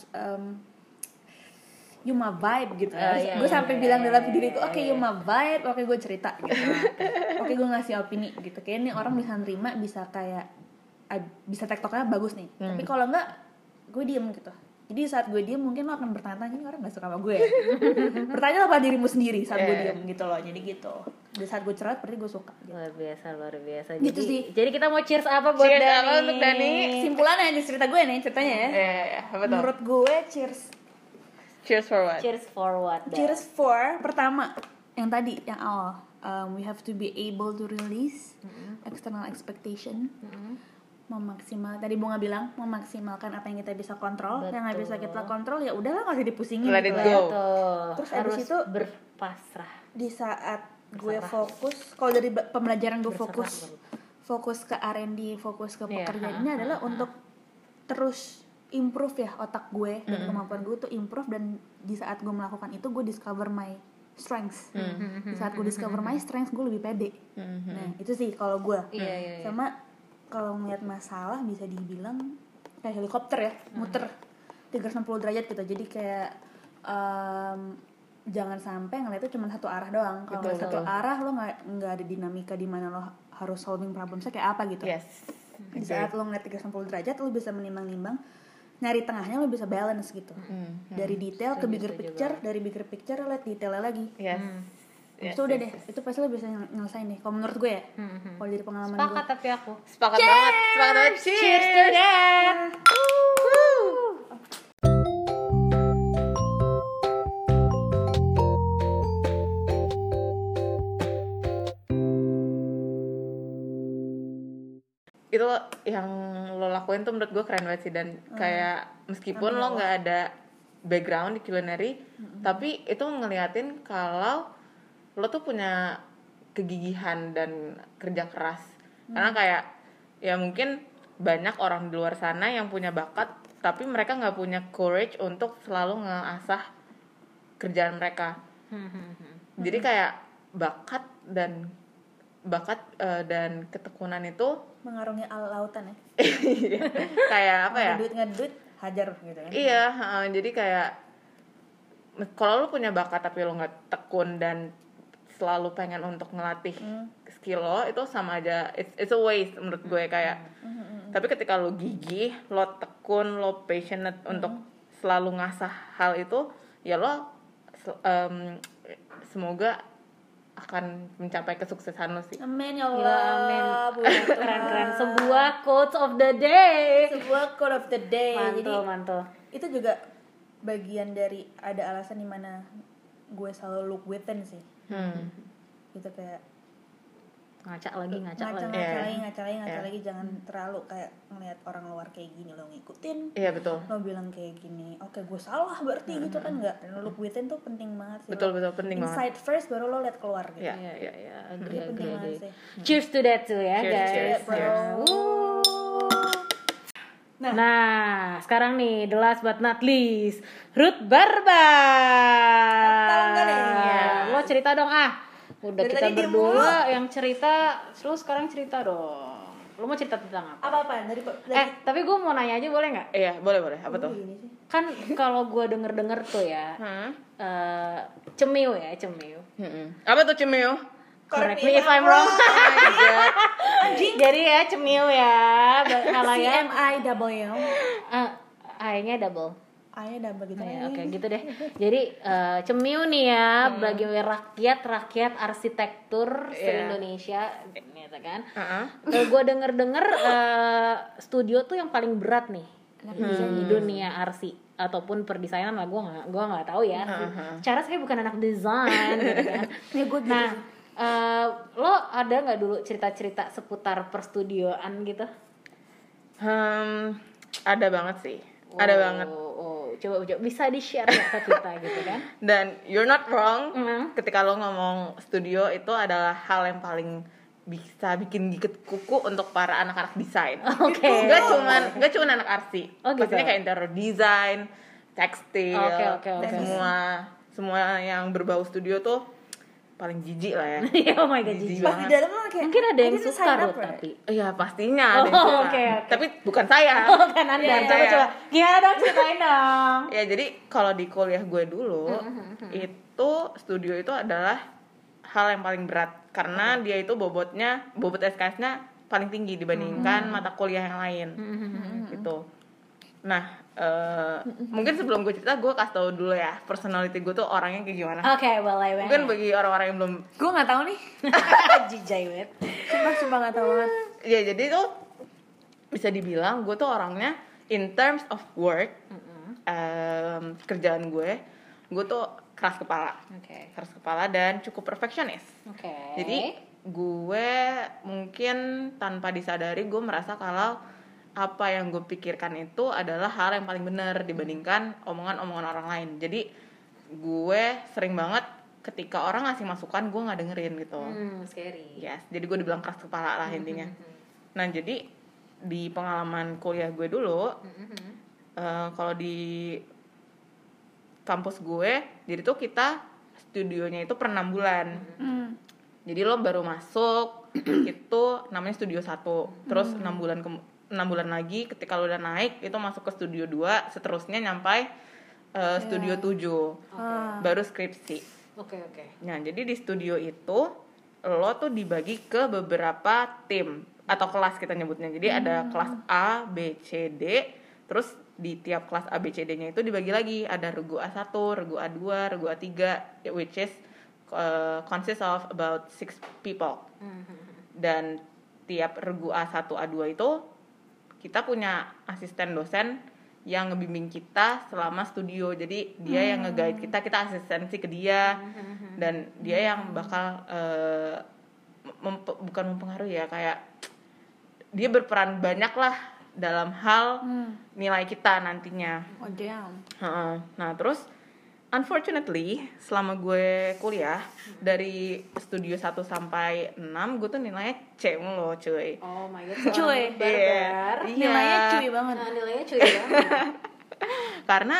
you my vibe gitu. Gue sampai bilang dalam diriku, oke, you my vibe, oke gue cerita gitu. Oke gue ngasih opini gitu. Kayak ini orang bisa nerima, bisa kayak bisa tektoknya bagus nih. Tapi kalau enggak, gue diem gitu. Jadi saat gue diem mungkin lo akan bertanya-tanya, ini orang gak suka sama gue. Bertanya pada dirimu sendiri saat gue diem gitu loh. Jadi gitu. Di saat gue cerita berarti gue suka gitu. Luar biasa. Gitu Jadi, sih. jadi kita mau cheers apa buat Cheers Dani? apa untuk Dani? Kesimpulannya di cerita gue nih, ceritanya ya. Apa tuh? Menurut gue Cheers for what? Cheers for what? Dan? cheers for pertama yang tadi yang awal, we have to be able to release external expectation, tadi Bunga bilang memaksimalkan apa yang kita bisa kontrol. Yang nggak bisa kita kontrol ya udahlah, nggak usah dipusingin. Let it gitu go. Tuh, Terus harus abis itu berpasrah. di saat gue fokus, kalau dari pembelajaran gue fokus ke R&D, fokus ke pekerjaan ini adalah untuk terus improve ya otak gue dan kemampuan gue tuh improve. Dan di saat gue melakukan itu gue discover my strengths. Di saat gue discover my strengths gue lebih pede. Nah itu sih kalau gue. Sama kalau ngeliat masalah bisa dibilang kayak helikopter ya, muter 360 derajat gitu. Jadi kayak jangan sampai ngeliatnya cuma satu arah doang. Kalau nggak satu arah lo nggak ada dinamika di mana lo harus solving problemnya kayak apa gitu. Di saat lo ngeliat 360 derajat lo bisa menimbang-nimbang, nyari tengahnya lo bisa balance gitu. Dari detail ke bigger picture, dari bigger picture lihat detailnya lagi. Itu udah deh, itu pasti lo bisa ngelesain deh. Kalau menurut gue ya, kalau dari pengalaman gue. Sepakat tapi aku. Sepakat banget. Cheers to that. Itu yang lo lakuin tuh menurut gue keren banget sih. Dan kayak meskipun lo nggak ada background di culinary, tapi itu ngeliatin kalau lo tuh punya kegigihan dan kerja keras. Karena kayak ya mungkin banyak orang di luar sana yang punya bakat tapi mereka nggak punya courage untuk selalu ngeasah kerjaan mereka. Jadi kayak bakat dan ketekunan itu mengarungi lautan ya. Kayak apa ya? Ngeduit hajar gitu ya. Iya, jadi kayak kalau lo punya bakat tapi lo nggak tekun dan selalu pengen untuk ngelatih skill lo, itu sama aja it's a waste menurut gue. Kayak tapi ketika lo gigih, lo tekun, lo passionate untuk selalu ngasah hal itu, ya lo semoga akan mencapai kesuksesan lo sih. Amin ya Gila, Allah. amin. Keren. Sebuah quote of the day. Sebuah quote of the day. Mantul. Itu juga bagian dari ada alasan dimana gue selalu look within sih. Gitu kayak Ngaca lagi. ngaca lagi, jangan terlalu kayak ngelihat orang luar kayak gini lo ngikutin. Iya betul. Lo bilang kayak gini, oke gue salah berarti gitu kan enggak. Dan look within tuh penting banget sih. Betul penting banget. Inside first baru lo lihat keluar gitu. Iya. Agree. Penting banget sih. Cheers to that too ya, guys. Cheers. Nah, sekarang nih the last but not least, Ruth Barba. Tahu nggak nih? Lo cerita dong Udah Dari kita tadi diem berdua yang cerita, lo sekarang cerita dong. Lo mau cerita tentang apa? Apa dari Tapi gue mau nanya aja boleh nggak? Iya, boleh. Apa tuh? ini sih. Kan kalau gue denger tuh ya, cemiu. Apa tuh cemil? Correct me if I'm wrong. Jadi ya cemiu ya, halayak. CMIW. I-nya double. A-nya double gitu. Ya, oke gitu deh. Jadi cemiu nih ya bagi rakyat arsitektur se-Indonesia gitu kan. Gue denger studio tuh yang paling berat nih di dunia arsi ataupun perdesainan lah, gue nggak tahu ya. Cara saya bukan anak desain gitu kan. Ya gue gitu. Nah, lo ada nggak dulu cerita-cerita seputar perstudioan gitu? Ada banget sih. Ada banget. Coba bisa di-share ya ke kita gitu kan. Dan you're not wrong ketika lo ngomong studio itu adalah hal yang paling bisa bikin gigit kuku untuk para anak-anak desain. Oke. Gak cuman anak arsi. Oh, gitu. Maksudnya kayak interior design, tekstil, Oke. semua yang berbau studio tuh paling jijik lah ya. Oh my god, jijik Pas di banget. dalam lo kayak Mungkin ada yang I didn't suka sign loh up for it. tapi. Iya pastinya ada yang suka. Oke. Tapi bukan saya. Oh kan Anda. Iya, Coba iya. gimana dong, ceritain dong. Ya jadi kalau di kuliah gue dulu itu studio itu adalah hal yang paling berat karena dia itu bobot SKS-nya paling tinggi dibandingkan mata kuliah yang lain gitu. Nah mungkin sebelum gue cerita gue kasih tau dulu ya personality gue tuh orangnya kayak gimana. Oke, boleh. Mungkin bagi orang-orang yang belum Gue nggak tahu nih. Jijai banget. Sumpah nggak tahu banget. ya jadi tuh bisa dibilang gue tuh orangnya in terms of work kerjaan gue tuh keras kepala. Oke. Keras kepala dan cukup perfeksionis. Oke. Jadi gue mungkin tanpa disadari gue merasa kalau apa yang gue pikirkan itu adalah hal yang paling benar dibandingkan omongan-omongan orang lain. Jadi gue sering banget ketika orang ngasih masukan gue nggak dengerin gitu. Scary. Yes, jadi gue dibilang keras kepala lah intinya. Nah jadi di pengalaman kuliah gue dulu, kalau di kampus gue, jadi tuh kita studionya itu per 6 bulan. Jadi lo baru masuk itu namanya studio 1, terus 6 bulan lagi ketika lo udah naik itu masuk ke studio 2, seterusnya nyampai studio 7, baru skripsi. Oke. Nah jadi di studio itu lo tuh dibagi ke beberapa tim atau kelas kita nyebutnya. Jadi ada kelas A, B, C, D. Terus di tiap kelas A, B, C, D-nya itu dibagi lagi. Ada regu A1, regu A2, regu A3, which is consists of about 6 people. Dan tiap regu A1, A2 itu kita punya asisten dosen yang ngebimbing kita selama studio. Jadi dia yang nge-guide kita asistensi ke dia. Dan dia yang bakal bukan mempengaruhi ya, kayak dia berperan banyak lah dalam hal nilai kita nantinya. Oh damn. Nah terus unfortunately selama gue kuliah dari studio 1 sampai 6 gue tuh nilainya C mulu cuy. Oh my god. Cuy. Barbar. Iya. Nilainya cuy banget. Nah, nilainya cuy banget. Karena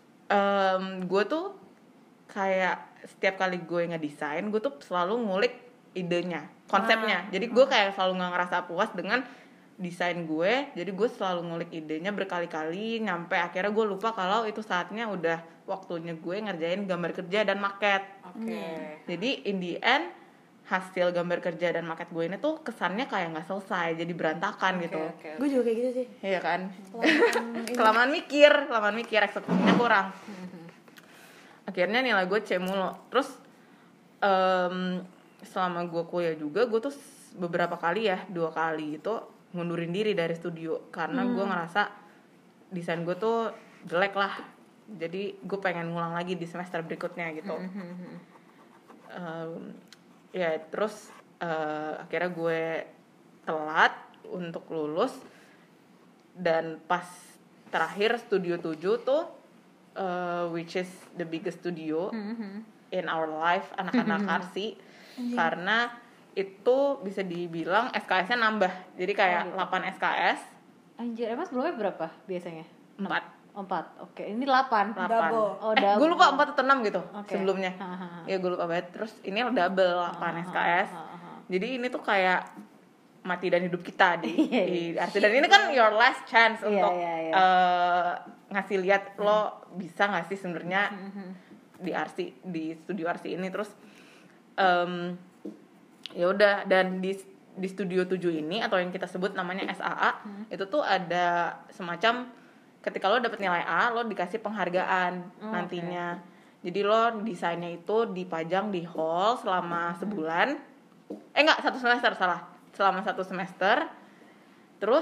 gue tuh kayak setiap kali gue ngedesain gue tuh selalu ngulik idenya, konsepnya. Jadi gue kayak selalu nggak ngerasa puas dengan desain gue. Jadi gue selalu ngulik idenya berkali-kali nyampe akhirnya gue lupa kalau itu saatnya udah waktunya gue ngerjain gambar kerja dan maket. Oke. Jadi in the end hasil gambar kerja dan maket gue ini tuh kesannya kayak nggak selesai, jadi berantakan gitu. Gue juga kayak gitu sih. Iya kan? Kelamaan mikir, eksekusinya kurang. Akhirnya nilai gue C mulu. Terus selama gue kuliah juga gue tuh beberapa kali ya, 2 kali itu ngundurin diri dari studio karena gue ngerasa desain gue tuh jelek lah. Jadi gue pengen ngulang lagi di semester berikutnya gitu. Ya terus akhirnya gue telat untuk lulus. Dan pas terakhir studio 7 tuh which is the biggest studio in our life, anak-anak arsi. Karena itu bisa dibilang SKS-nya nambah. Jadi kayak 8 SKS. Anjir, emang sebelumnya berapa biasanya? 4. 4. Oke, ini 8. Double. Oh, double. Gue lupa 4 atau 6 gitu Oke. sebelumnya. Ya gue lupa banget. Terus ini double 8 SKS. Jadi ini tuh kayak mati dan hidup kita di arti. Dan ini kan your last chance untuk ngasih lihat lo bisa nggak sih sebenarnya di arsi, di studio arsi ini. Terus ya udah, dan di studio 7 ini atau yang kita sebut namanya SAA itu tuh ada semacam ketika lo dapet nilai A lo dikasih penghargaan nantinya. Jadi lo desainnya itu dipajang di hall selama sebulan. Enggak, 1 semester, salah. Selama 1 semester. Terus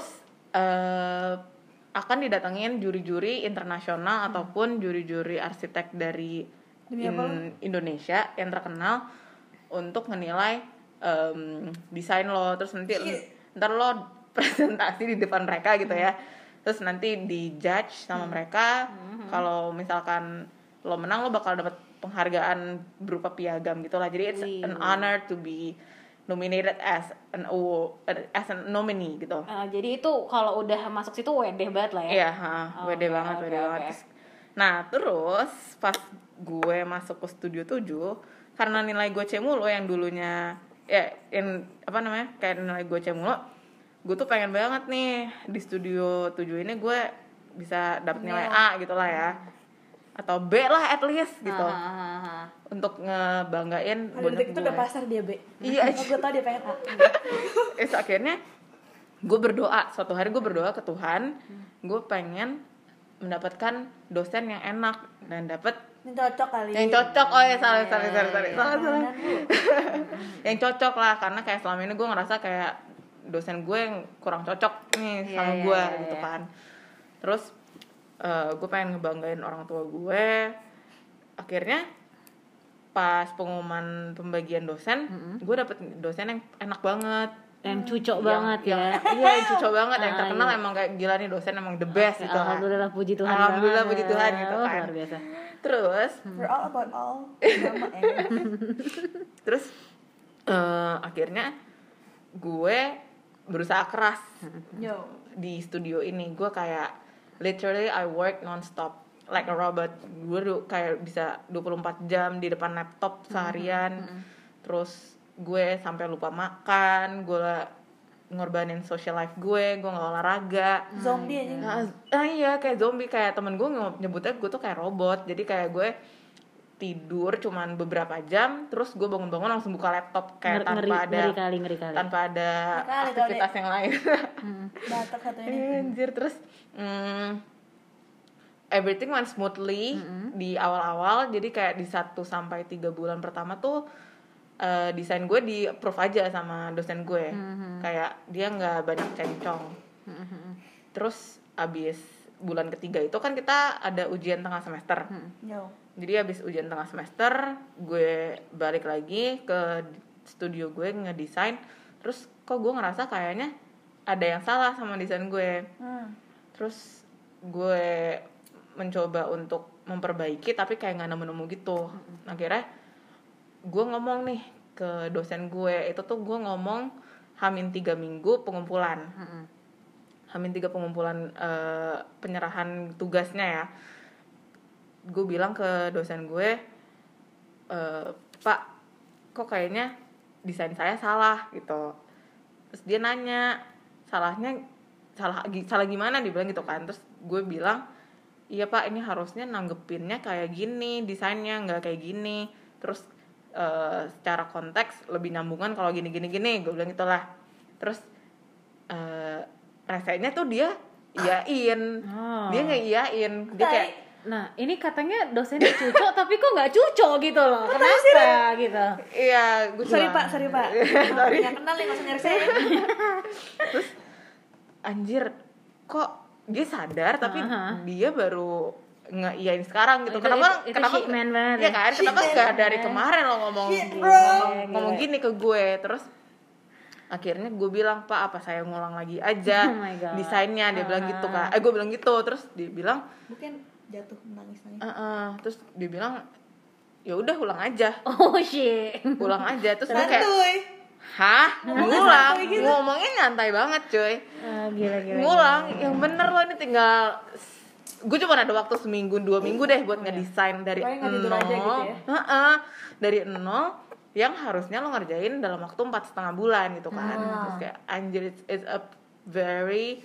akan didatengin juri-juri internasional ataupun juri-juri arsitek dari Indonesia yang terkenal untuk menilai desain lo. Terus nanti ntar lo presentasi di depan mereka gitu ya. Terus nanti di judge sama mereka. Kalau misalkan lo menang, lo bakal dapat penghargaan berupa piagam gitulah. Jadi it's an honor to be nominated as a nominee gitu. Jadi itu kalau udah masuk situ wedeh banget lah ya. Iya, wede banget. Nah, terus pas gue masuk ke Studio 7, karena nilai gue C mulu yang dulunya kayak nilai gue C mulu, gue tuh pengen banget nih di Studio 7 ini gue bisa dapet nilai A gitu lah ya, atau B lah at least gitu. Untuk ngebanggain bonus gue. Itu udah pasar dia B. Iya. Gue tau dia pengen A. Akhirnya gue berdoa, suatu hari gue berdoa ke Tuhan, gue pengen mendapatkan dosen yang enak dan dapet yang cocok kali. Yang cocok, salah. Yang cocok lah, karena kayak selama ini gue ngerasa kayak dosen gue yang kurang cocok nih sama gue gitu kan. Terus gue pengen ngebanggain orang tua gue. Akhirnya pas pengumuman pembagian dosen, gue dapet dosen yang enak banget, yang cucok banget ya. Iya, yang cucok banget, yang terkenal emang kayak gila nih dosen emang the best gitu. Alhamdulillah puji Tuhan. Alhamdulillah puji Tuhan gitu kan. Luar biasa. Terus we're all about all. Terus akhirnya gue berusaha keras di studio ini. Gue kayak literally I work non-stop like a robot. Gue kayak bisa 24 jam di depan laptop seharian. Terus gue sampai lupa makan, gue ngorbanin social life gue nggak olahraga. Zombie aja. Iya, kayak zombie. Kayak temen gue nyebutnya gue tuh kayak robot. Jadi kayak gue tidur cuman beberapa jam, terus gue bangun-bangun langsung buka laptop kayak ngeri kali. Tanpa ada aktivitas yang lain. Batak satu ini. Anjir. Terus everything went smoothly di awal-awal. Jadi kayak di 1-3 bulan pertama tuh desain gue di approve aja sama dosen gue. Kayak dia nggak banyak cencong. Terus abis bulan ketiga itu kan kita ada ujian tengah semester. Jadi abis ujian tengah semester gue balik lagi ke studio gue ngedesain. Terus kok gue ngerasa kayaknya ada yang salah sama desain gue. Terus gue mencoba untuk memperbaiki tapi kayak nggak nemu-nemu gitu. Akhirnya gue ngomong nih ke dosen gue, itu tuh gue ngomong H-3 minggu pengumpulan. H-3 pengumpulan penyerahan tugasnya ya. Gue bilang ke dosen gue, Pak, kok kayaknya desain saya salah gitu. Terus dia nanya, salah gimana, dia bilang gitu kan. Terus gue bilang, iya Pak, ini harusnya nanggepinnya kayak gini, desainnya nggak kayak gini. Terus secara konteks lebih nyambungan kalau gini, gue bilang gitulah. Terus resenya tuh dia iyain, dia nggak iyain, dia kayak, nah ini katanya dosennya cucok tapi kok nggak cucok gitu loh, kenapa gitu? Iya, gue sorry pak. Sorry. Nggak kenal nih, nggak usah nyari saya. Terus anjir, kok dia sadar tapi dia baru ngeiyain sekarang gitu. Kenapa shipman banget ya kan? Kenapa nggak dari kemarin lo ngomong gini ke gue? Terus akhirnya gue bilang, Pak, apa saya ngulang lagi aja desainnya? Dia bilang gitu kan. Gue bilang gitu. Terus dia bilang, bukan jatuh menangis. Terus dia bilang, ya udah ulang aja. Oh shit. Ulang aja. Terus gue kayak, hah? Ngulang? Ngomongnya nyantai banget cuy. Gila. Ngulang, yang bener lo ini tinggal. Gue cuma ada waktu 1-2 minggu deh buat ngedesain dari nol aja gitu ya? Dari nol yang harusnya lo ngerjain dalam waktu 4,5 bulan gitu kan. Terus kayak anjir, it's a very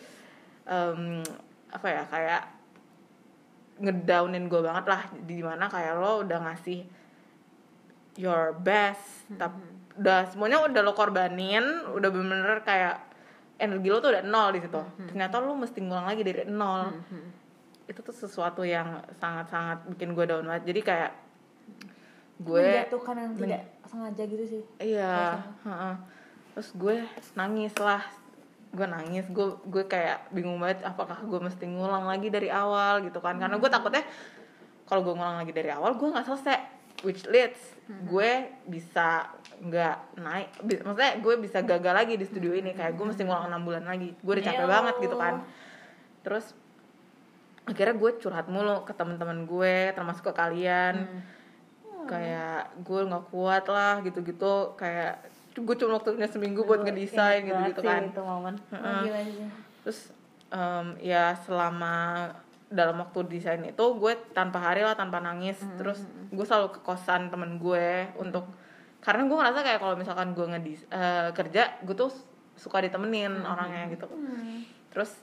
kayak ngedownin gue banget lah, dimana kayak lo udah ngasih your best, tapi udah semuanya udah lo korbanin, udah bener-bener kayak energi lo tuh udah nol di situ. Ternyata lo mesti ngulang lagi dari nol. Itu tuh sesuatu yang sangat-sangat bikin gue down banget. Jadi kayak gue menjatuhkan yang tidak sengaja gitu sih. Iya. Terus gue nangis lah. Gue kayak bingung banget, apakah gue mesti ngulang lagi dari awal gitu kan. Karena gue takutnya kalau gue ngulang lagi dari awal gue gak selesai, which leads gue bisa nggak naik, maksudnya gue bisa gagal lagi di studio ini, kayak gue mesti ngulang 6 bulan lagi, gue udah capek banget gitu kan. Terus akhirnya gue curhat mulu ke teman-teman gue, termasuk ke kalian, kayak gue nggak kuat lah gitu-gitu, kayak gue cuma waktunya seminggu buat ngedesain gitu-gitu kan. Itu momen. Gila sih. Terus ya selama dalam waktu desain itu gue tanpa hari lah, tanpa nangis. Terus gue selalu ke kosan temen gue untuk, karena gue ngerasa kayak kalau misalkan gue kerja, gue tuh suka ditemenin orangnya gitu. Terus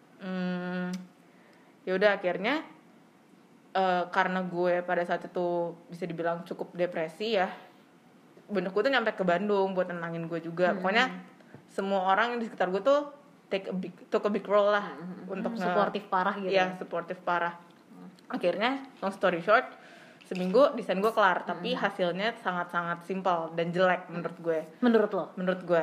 ya udah akhirnya karena gue pada saat itu bisa dibilang cukup depresi ya, bener gue tuh nyampe ke Bandung buat nenangin gue juga. Pokoknya semua orang di sekitar gue tuh took a big role lah untuk Suportif parah gitu. Iya, suportif parah. Akhirnya long story short, seminggu desain gue kelar, tapi hasilnya sangat-sangat simpel dan jelek menurut gue. Menurut lo? Menurut gue.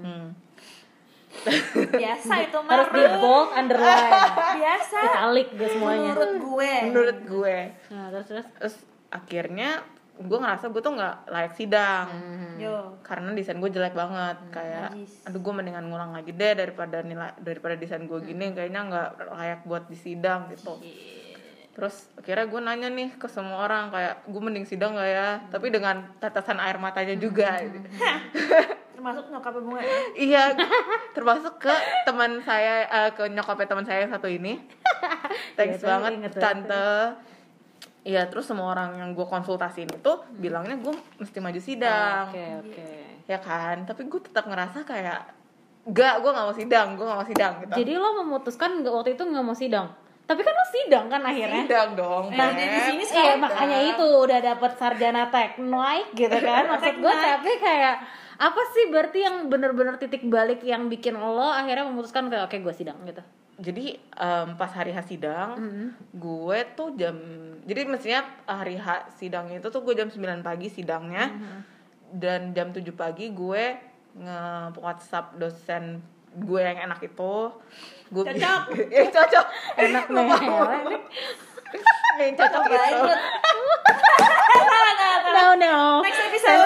Biasa itu mah. Harus di bold, underline, Biasa. italic deh semuanya. Menurut gue. Nah, terus Terus akhirnya gue ngerasa gue tuh nggak layak sidang. Yo. Karena desain gue jelek banget, kayak aduh gue mendingan ngulang lagi deh daripada desain gue gini, kayaknya nggak layak buat disidang gitu. Terus akhirnya gue nanya nih ke semua orang, kayak gue mending sidang nggak ya, tapi dengan tetesan air matanya juga. Termasuk nyokapnya bunga. Iya, termasuk ke teman saya, ke nyokapnya teman saya yang satu ini. Thanks Iya, banget inget tante. Iya, terus semua orang yang gue konsultasiin itu bilangnya gue mesti maju sidang. Oke. Ya kan, tapi gue tetap ngerasa kayak gue nggak mau sidang gitu. Jadi lo memutuskan waktu itu nggak mau sidang, tapi kan lo sidang kan akhirnya. Sidang dong. Nah, di sini Iya, sekarang makanya itu udah dapet sarjana teknik gitu kan. Maksud gue, tapi kayak apa sih berarti yang bener-bener titik balik yang bikin lo akhirnya memutuskan kayak oke gue sidang gitu. Jadi pas hari H sidang, gue tuh jadi mestinya hari H sidangnya itu tuh gue jam 9 pagi sidangnya, dan jam 7 pagi gue nge-WhatsApp dosen gue yang enak itu. Gue Cocok. Ya cocok. Enak nih. Yang cocok itu. No. Next episode.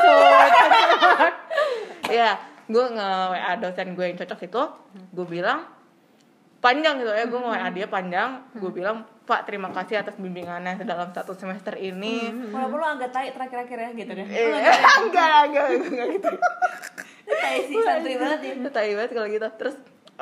Ya, gue nge-WA dosen gue yang cocok itu, gue bilang panjang gitu ya, gue nge-WA dia panjang, gue bilang, Pak terima kasih atas bimbingannya dalam 1 semester ini. Walaupun lo agak tai terakhir-akhir ya gitu kan. Enggak gitu. Itu tai sih, santri banget ya. Itu tai banget kalau gitu. Terus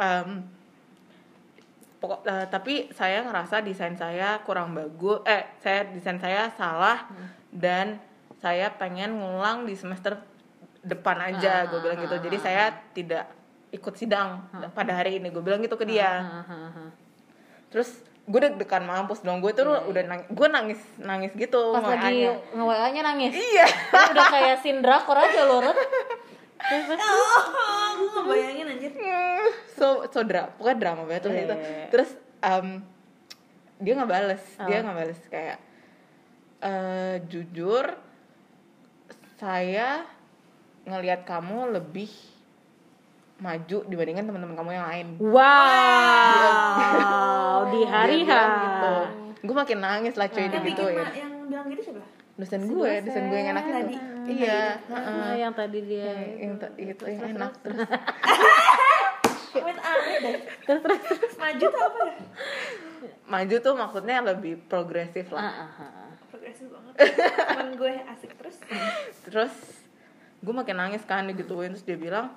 tapi saya ngerasa desain saya kurang bagus, desain saya salah, dan saya pengen ngulang di semester depan aja, gue bilang gitu. Jadi saya tidak ikut sidang pada hari ini, gue bilang gitu ke dia. Terus gue deg-degan mampus dong, gue tuh udah nangis gitu. Pas lagi nge-WA-nya nangis. Iya. Udah kayak scene drakor aja lo, Rut. Gue ngebayangin anjir. Pokoknya drama banget tuh itu. Terus dia nggak bales kayak jujur saya ngelihat kamu lebih maju dibandingkan teman-teman kamu yang lain. Wow. Di hari H. Gitu. Gue makin nangis lah cuy Yang gitu bikin ya. yang bilang gitu siapa? Dosen gue yang enak Tadi. itu. Iya. Yang tadi dia. Itu yang enak terus. Wait, aneh deh. Terus. Maju tuh apa ya? Maju tuh maksudnya lebih progresif lah. Progresif banget. Temen gue asik terus. Terus gue makin nangis kan digituin, terus dia bilang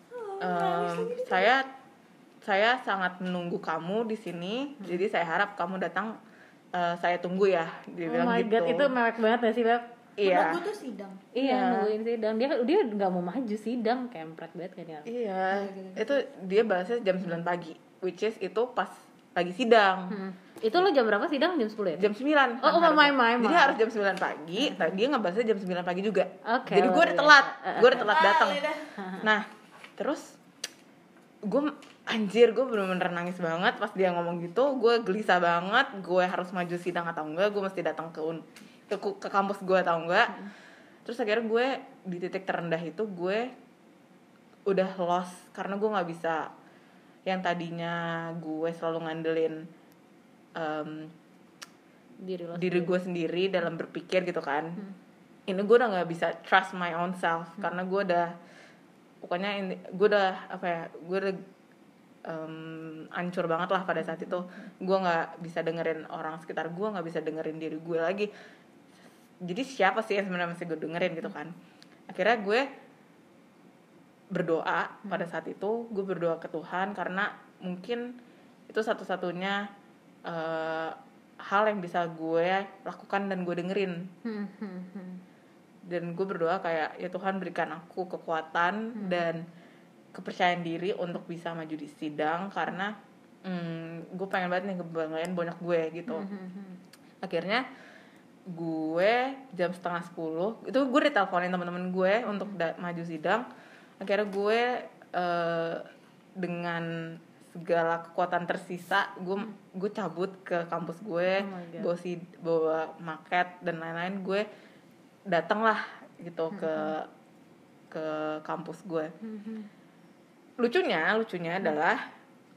saya sangat menunggu kamu di sini, jadi saya harap kamu datang, saya tunggu ya, dia bilang Oh my gitu. god, itu mewek banget gak sih, Beb? Iya. Gue tuh sidang. Iya, nungguin sidang. Dia nggak mau maju sidang, kampret banget kan ya. Iya. Itu dia balasnya jam 9 pagi, which is itu pas lagi sidang. Itu lo jam berapa sidang? Jam 10 ya? Jam 9. Oh, my. Jadi harus jam 9 pagi. Nah, dia ngebalasnya jam 9 pagi juga. Oke, Jadi gue luar udah telat. biasa. Gue udah telat datang. udah. Nah, terus gue gue bener-bener nangis banget pas dia ngomong gitu. Gue gelisah banget. Gue harus maju sidang atau enggak? Gue mesti datang ke kampus gue atau enggak? Terus akhirnya gue di titik terendah itu gue udah lost karena gue nggak bisa. Yang tadinya gue selalu ngandelin Diri lo diri gue sendiri dalam berpikir gitu kan. ini gue udah nggak bisa trust my own self karena gue udah pokoknya gue udah apa ya, gue udah hancur banget lah pada saat itu. Gue nggak bisa dengerin orang sekitar gue, nggak bisa dengerin diri gue lagi. Jadi siapa sih yang sebenarnya mesti gue dengerin gitu kan. Akhirnya gue berdoa pada saat itu, gue berdoa ke Tuhan karena mungkin itu satu-satunya hal yang bisa gue lakukan dan gue dengerin. Dan gue berdoa kayak ya Tuhan berikan aku kekuatan dan kepercayaan diri untuk bisa maju di sidang karena gue pengen banget nih ngebanggain banyak gue gitu. Akhirnya gue jam 9:30 itu gue diteleponin teman-teman gue untuk maju sidang. Akhirnya gue dengan segala kekuatan tersisa gue cabut ke kampus gue, bawa maket dan lain-lain. Gue datang lah gitu ke kampus gue. Lucunya adalah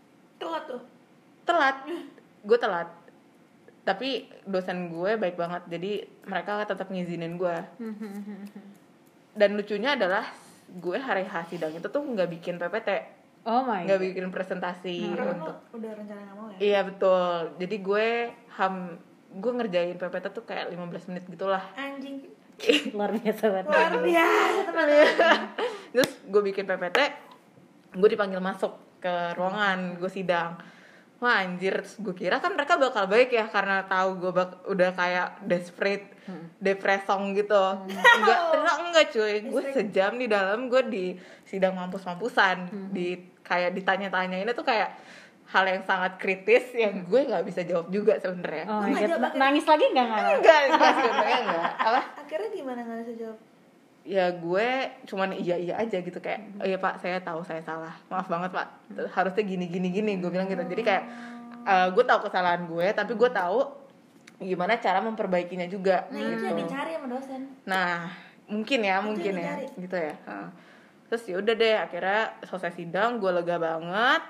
telat gue telat, tapi dosen gue baik banget, jadi mereka tetap ngizinin gue. Dan lucunya adalah gue hari sidang itu tuh nggak bikin PPT, nggak bikin presentasi untuk udah rencana nggak mau ya. Iya betul, jadi gue ngerjain PPT tuh kayak 15 menit gitulah. Anjing. Luar biasa banget. Luar biasa teman-teman. Terus gue bikin PPT, gue dipanggil masuk ke ruangan gue sidang. Wah anjir, terus gue kira kan mereka bakal baik ya karena tahu gue udah kayak desperate, depresong gitu. Enggak cuy, gue sejam di dalam, gue di sidang mampus-mampusan, kayak ditanya-tanyain itu kayak hal yang sangat kritis yang gue nggak bisa jawab juga sebenarnya. Oh my God, nangis lagi nggak? Enggak sebenarnya enggak. Apa? Akhirnya gimana nggak bisa jawab? Ya gue cuman iya aja gitu kayak, oh iya Pak, saya tahu saya salah, maaf banget Pak, harusnya gini gue bilang gitu. Jadi kayak gue tahu kesalahan gue, tapi gue tahu gimana cara memperbaikinya juga. Nah itu yang dicari sama dosen. Nah mungkin ya gitu ya. Terus ya udah deh, akhirnya selesai sidang, gue lega banget.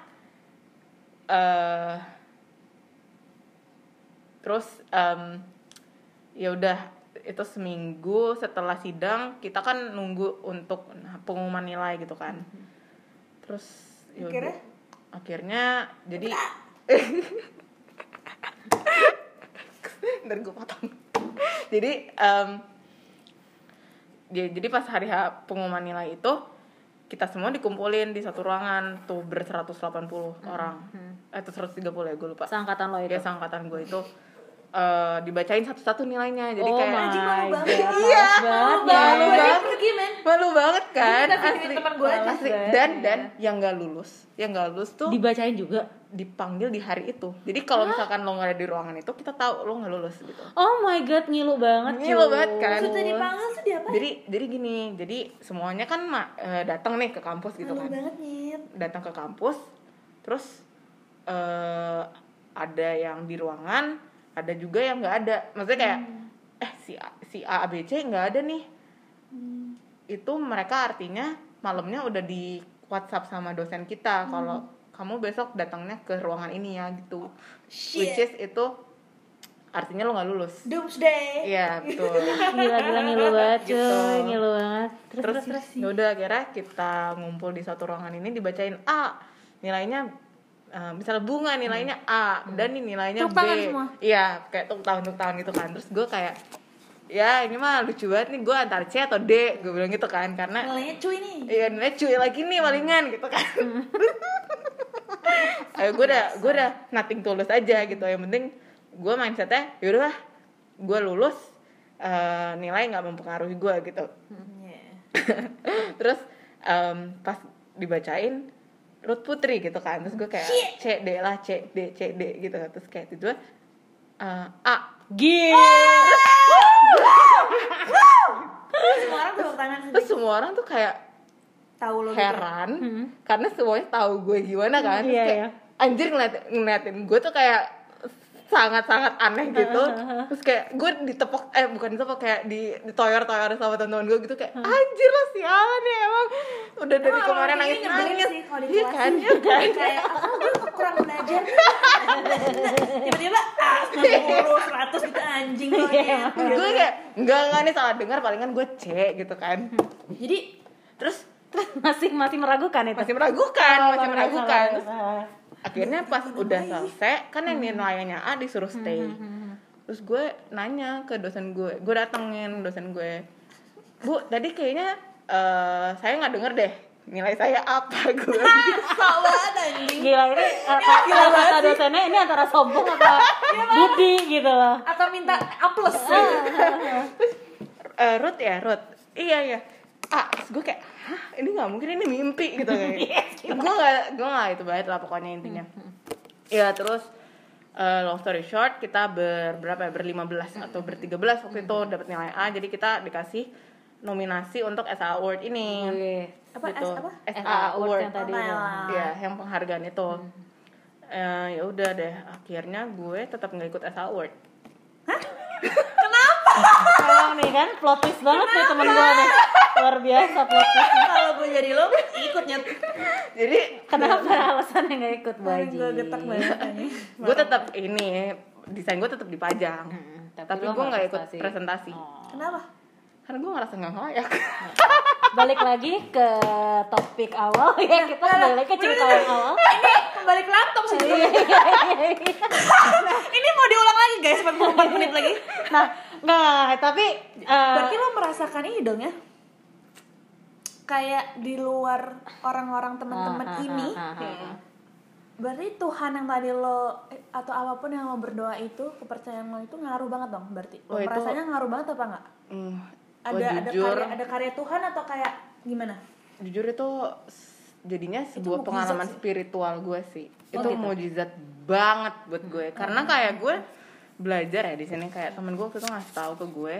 Terus ya udah, itu seminggu setelah sidang kita kan nunggu untuk pengumuman nilai gitu kan. Terus akhirnya jadi dan gue potong. Jadi pas hari pengumuman nilai itu kita semua dikumpulin di satu ruangan tuh 180 orang. Itu 130 ya, gue lupa. Seangkatan lo itu? Ya, seangkatan gue itu. Dibacain satu-satu nilainya. Jadi kayak malu banget. Iya, malu banget kan. Asli teman gue aja. Asli. Dan yang nggak lulus tuh dibacain juga, dipanggil di hari itu. Jadi kalau misalkan lo nggak ada di ruangan itu, kita tahu lo nggak lulus gitu. Oh my God, ngilu banget kan. Maksudnya dipanggil tuh diapain? Jadi gini, jadi semuanya kan datang nih ke kampus gitu kan. Malu banget nih. Datang ke kampus, terus ada yang di ruangan, ada juga yang nggak ada. Maksudnya kayak si A B C nggak ada nih. Itu mereka artinya malamnya udah di WhatsApp sama dosen kita kalau kamu besok datangnya ke ruangan ini ya gitu. Which is itu artinya lo nggak lulus. Doomsday. Iya betul. Gila ngilu banget cuy, Gitu. ngilu banget. Terus Udah akhirnya kita ngumpul di satu ruangan ini, dibacain A nilainya. Misalnya bunga nilainya A dan ini nilainya B. Iya, kayak tepuk tangan gitu kan. Terus gue kayak, ya ini mah lucu banget nih, gue antara C atau D, gue bilang gitu kan, karena nilainya cuy nih. Iya, nilainya cuy lagi nih palingan gitu kan. Ayo gue udah nothing tulus aja gitu. Yang penting gue mindsetnya yaudah gue lulus, nilai nggak mempengaruhi gue gitu. Terus pas dibacain Ruth Putri gitu kan, terus gue kayak C D gitu, terus kayak tiba A. Semua orang tepuk tangan. Terus semua orang tuh kayak tahu lo heran karena semuanya tahu gue gimana kan. Terus kayak anjir ngeliatin gue tuh kayak sangat-sangat aneh gitu. Terus kayak gue bukan ditepok, kayak ditoyor sama teman-teman gue gitu, kayak anjir lo sialan ya emang udah dari kemarin nangis sih kalau di iya kelas kan kayak kurang belajar. Tiba-tiba 90, 100 gitu anjing loh ya. Gue kayak enggak nih salah dengar, palingan gue C gitu kan. Jadi Terus masih meragukan itu. masih meragukan. Salah. Akhirnya pas udah selesai kan yang nilainya A disuruh stay. Terus gue nanya ke dosen gue datengin dosen gue, Bu tadi kayaknya saya nggak denger deh nilai saya apa. Gue banget anjing. Gila ini kata dosennya ini antara sombong atau budi gitu loh. Atau minta A+. Ruth iya terus gue kayak ini nggak mungkin, ini mimpi gitu kayak. gue nggak itu banget lah pokoknya intinya. Ya terus long story short, kita ber-15 atau ber-13 waktu itu dapat nilai A, jadi kita dikasih nominasi untuk SA Award ini. Apa gitu. apa? SA Award yang tadi. ya, yang penghargaan itu. Ya udah deh, akhirnya gue tetap nggak ikut SA Award. Emang nih kan plot twist banget nih temen gue nih. Luar biasa plot twist. Kalau gue jadi lo ikutnya. Jadi Kenapa alasannya nggak ikut Baji? Gue getak banget ini. gue tetap desain gue tetap dipajang. Tapi lo gue nggak ikut prestasi. presentasi. Kenapa? Karena gue ngerasa nggak layak. Balik lagi ke topik awal ya, kita kembali lagi ke cerita yang awal. Ini kembali ke laptop sih. Ini mau diulang lagi guys 44 menit lagi. Nah, enggak, tapi Berarti lo merasakan ini dong ya? Kayak di luar orang-orang teman-teman ini. Berarti Tuhan yang tadi lo atau apapun yang lo berdoa itu, kepercayaan lo itu ngaruh banget dong berarti. Lo merasanya ngaruh banget apa enggak? Ada karya Tuhan atau kayak gimana? Jujur itu jadinya sebuah pengalaman spiritual gue sih. Itu gitu. mukjizat banget buat gue. Karena kayak gue belajar ya di sini, kayak temen gue waktu itu ngasih tahu ke gue,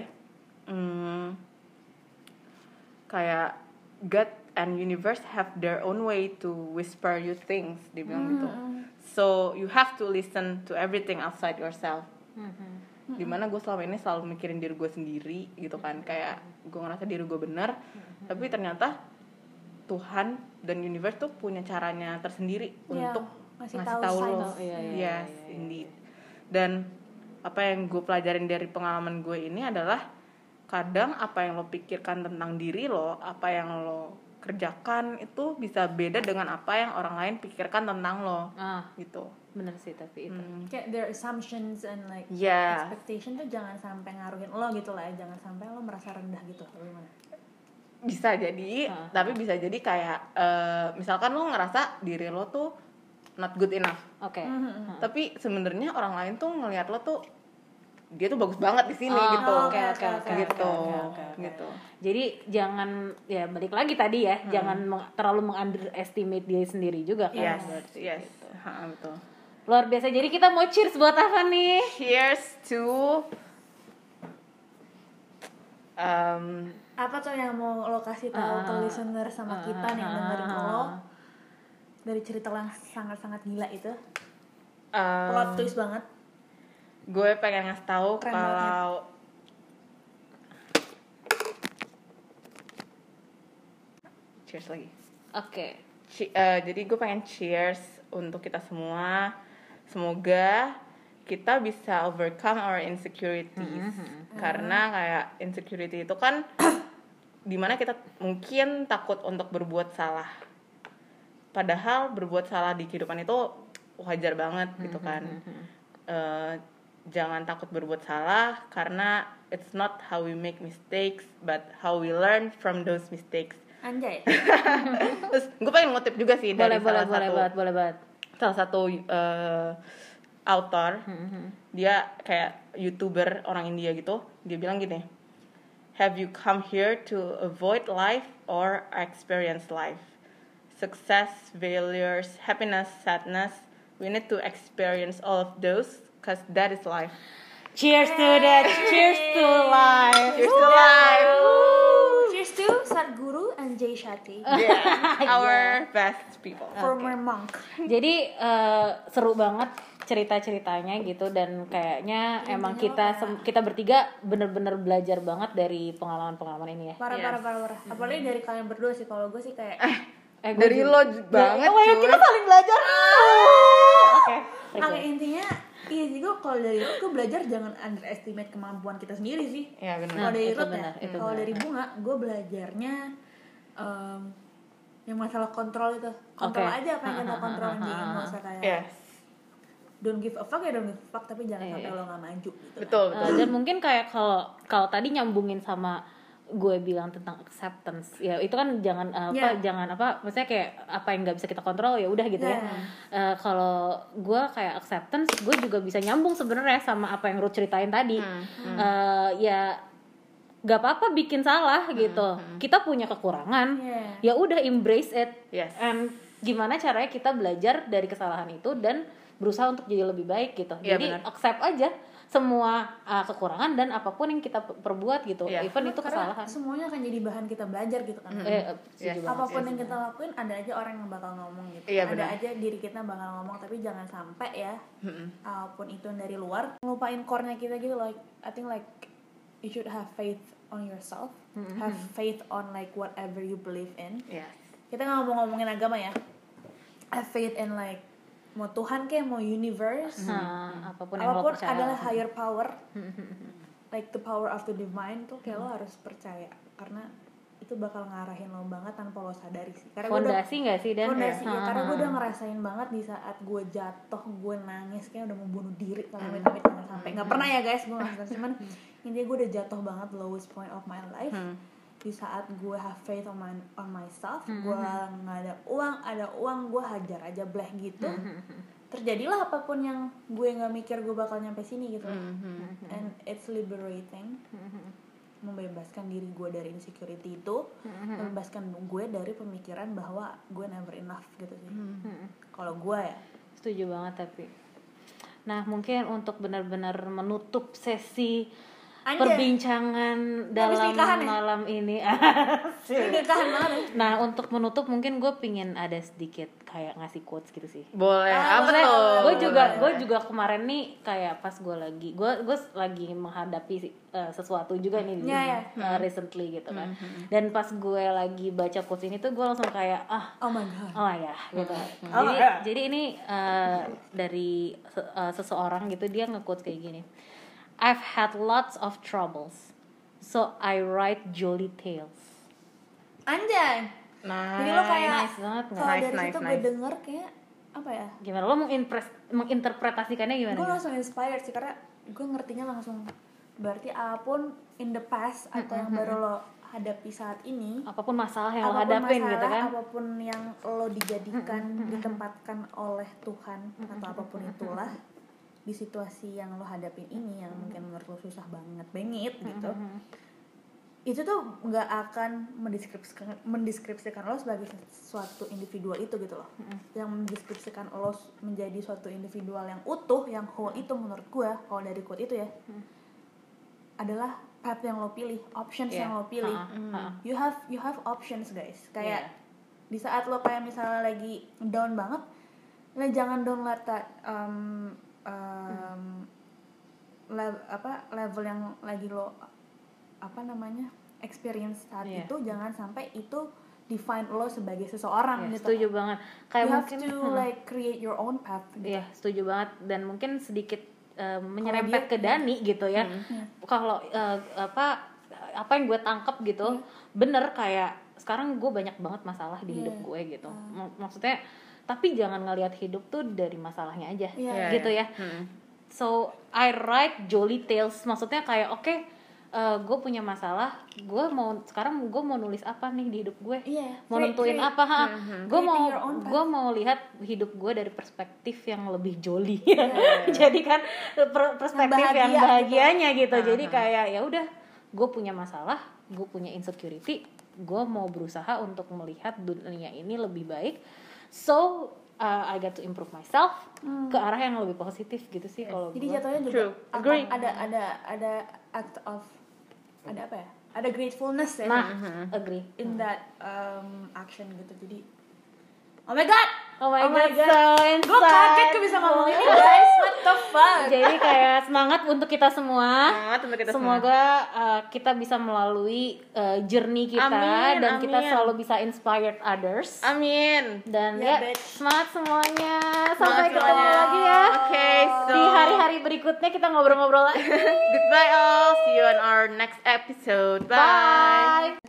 kayak God and universe have their own way to whisper you things, dia bilang gitu. So you have to listen to everything outside yourself. Dimana gue selama ini selalu mikirin diri gue sendiri gitu kan, kayak gue ngerasa diri gue benar, tapi ternyata Tuhan dan universe tuh punya caranya tersendiri untuk ngasih tahu lo. Yes, indeed. Dan apa yang gue pelajarin dari pengalaman gue ini adalah kadang apa yang lo pikirkan tentang diri lo, apa yang lo kerjakan itu bisa beda dengan apa yang orang lain pikirkan tentang lo. Gitu. Bener sih tapi itu. Kayak their assumptions and like Yeah. expectation tuh jangan sampai ngaruhin lo gitu lah ya. Jangan sampai lo merasa rendah gitu. Bagaimana? Bisa jadi, tapi bisa jadi kayak misalkan lo ngerasa diri lo tuh not good enough. Oke. Tapi sebenarnya orang lain tuh ngelihat lo tuh dia tuh bagus banget di sini gitu. Oke. Gitu. Jadi jangan, ya balik lagi tadi ya, jangan terlalu meng-underestimate diri sendiri juga kan. Yes. Gitu. Betul. Luar biasa. Jadi kita mau cheers buat apa nih? Cheers to Apa tuh yang mau lo kasih tahu ke listener sama kita nih yang dengerin lo dari cerita yang sangat-sangat gila itu, plot twist banget. Gue pengen ngasih tahu Keren kalau cheers lagi. Oke. Jadi gue pengen cheers untuk kita semua. Semoga kita bisa overcome our insecurities. Karena kayak insecurity itu kan dimana kita mungkin takut untuk berbuat salah. Padahal berbuat salah di kehidupan itu wajar banget gitu kan. Jangan takut berbuat salah karena it's not how we make mistakes but how we learn from those mistakes. Anjay. Terus gue pengen ngutip juga sih dari Boleh banget. salah satu author. Dia kayak YouTuber orang India gitu. Dia bilang gini, have you come here to avoid life or experience life? Success, failures, happiness, sadness, we need to experience all of those because that is life. Cheers to that. Cheers to life. Cheers to life. Cheers to Sadhguru and Jay Shetty, Yeah, our best people. former monk. Jadi seru banget cerita-ceritanya gitu, dan kayaknya emang kita bertiga bener-bener belajar banget dari pengalaman-pengalaman ini ya. Parah. Apalagi dari kalian berdua sih. Kalau gue sih kayak Dari lo banget Oh my God, kita saling belajar. Oke, intinya iya sih, gue kalau dari Ruth gue belajar jangan underestimate kemampuan kita sendiri sih. Iya benar. Kalau dari itu Ruth benar, ya, itu kalau benar. dari Bunga gue belajarnya yang masalah kontrol itu, kontrol Oke. aja apa yang kita kontrol, jadi nggak usah kayak Yes. don't give a fuck ya don't give a fuck, tapi jangan sampai lo nggak maju gitu. Betul, kan. betul. Dan mungkin kayak kalau tadi nyambungin sama gue bilang tentang acceptance, ya itu kan jangan jangan maksudnya kayak apa yang nggak bisa kita kontrol ya udah gitu ya. Kalau gue kayak acceptance, gue juga bisa nyambung sebenarnya sama apa yang Ruth ceritain tadi. Ya gak apa-apa bikin salah gitu, kita punya kekurangan, ya udah embrace it. Yes. And gimana caranya kita belajar dari kesalahan itu dan berusaha untuk jadi lebih baik gitu. Iya, Jadi benar. accept aja semua kekurangan dan apapun yang kita perbuat gitu, Iya. even itu Karena kesalahan. semuanya akan jadi bahan kita belajar gitu kan. Setuju banget. Apapun yang kita lakuin ada aja orang yang bakal ngomong gitu. Iya, Ada benar. aja diri kita bakal ngomong, tapi jangan sampai ya apapun itu yang dari luar ngelupain core-nya kita gitu. Like I think like you should have faith on yourself, have faith on like whatever you believe in. Yes. Kita nggak mau ngomongin agama ya, have faith in like mau Tuhan kayak mau universe, Apapun yang lo apapun percaya. adalah higher power, like the power of the divine tuh kayak lo harus percaya, karena itu bakal ngarahin lo banget tanpa lo sadari sih. Karena Fondasi nggak sih dan fondasi ya, karena gue udah ngerasain banget di saat gue jatuh, gue nangis kayak udah mau bunuh diri, kalau amit-amit jangan sampai, nggak pernah ya guys, gue nggak sadar, cuman intinya gue udah jatuh banget, lowest point of my life. Di saat gue have faith on myself, gue nggak ada uang, gue hajar aja bleh gitu. Terjadilah apapun yang gue nggak mikir gue bakal nyampe sini gitu. And it's liberating. Membebaskan diri gue dari insecurity itu, membebaskan gue dari pemikiran bahwa gue never enough gitu sih. Kalau gue ya. Setuju banget tapi. Nah mungkin untuk benar-benar menutup sesi perbincangan dalam malam ini. Ini nikahan banget ya. Nah untuk menutup mungkin gue pingin ada sedikit kayak ngasih quotes gitu sih. Boleh. Apa tuh? Gue juga kemarin nih kayak pas gue lagi menghadapi sesuatu juga nih recently gitu kan. Dan pas gue lagi baca quotes ini tuh gue langsung kayak oh my god, oh ya gitu. Jadi ini dari seseorang gitu, dia nge-quotes kayak gini. I've had lots of troubles, so I write jolly tales. Anjay. Jadi lo kayak Nice banget nggak? kalau dari situ gue denger kayak apa ya? Gimana lo menginterpretasikannya gimana? Gue langsung inspired sih, karena gue ngertinya langsung. Berarti apapun in the past atau yang baru lo hadapi saat ini, Apapun masalah yang lo hadapin gitu kan? apapun yang lo dijadikan, ditempatkan oleh Tuhan atau apapun itulah di situasi yang lo hadapin ini yang mungkin menurut lo susah banget, bengit gitu. Itu tuh nggak akan mendeskripsikan lo sebagai suatu individual itu gitu loh. Yang mendeskripsikan lo menjadi suatu individual yang utuh, yang whole itu menurut gue, kalau dari quote itu ya, adalah path yang lo pilih, options yang lo pilih. You have options guys. Kayak di saat lo kayak misalnya lagi down banget, nah jangan down level yang lagi lo experience saat itu, jangan sampai itu define lo sebagai seseorang gitu. Setuju banget. Kayak you mungkin have to like create your own path gitu. Iya, setuju banget. Dan mungkin sedikit menyerempet ke Dani gitu ya. Kalau apa yang gue tangkap gitu, bener kayak sekarang gue banyak banget masalah di hidup gue gitu. Maksudnya tapi jangan ngelihat hidup tuh dari masalahnya aja gitu ya. So I write jolly tales, maksudnya kayak gue punya masalah, gue mau nulis apa nih di hidup gue, mau nentuin apa, gue mau lihat hidup gue dari perspektif yang lebih jolly. Jadi kan perspektif yang bahagianya gitu. Jadi kayak ya udah, gue punya masalah, gue punya insecurity, gue mau berusaha untuk melihat dunia ini lebih baik. So I got to improve myself ke arah yang lebih positif gitu sih kalau. Jadi jatuhnya juga ada act of ada gratefulness ya. Agree in that action gitu. Jadi oh my god, so insane. gue kaget gue bisa ngomong ini guys. What the fuck. Jadi kayak semangat untuk kita semua. Semangat untuk kita Semoga kita bisa melalui journey kita Amin, dan kita amin. selalu bisa inspired others. Amin. Dan Ya, ya, bitch. semangat semuanya. Sampai Semangat ketemu semuanya. lagi ya. Oke, so Di hari-hari berikutnya kita ngobrol-ngobrol lagi. goodbye all. See you on our next episode. Bye. Bye.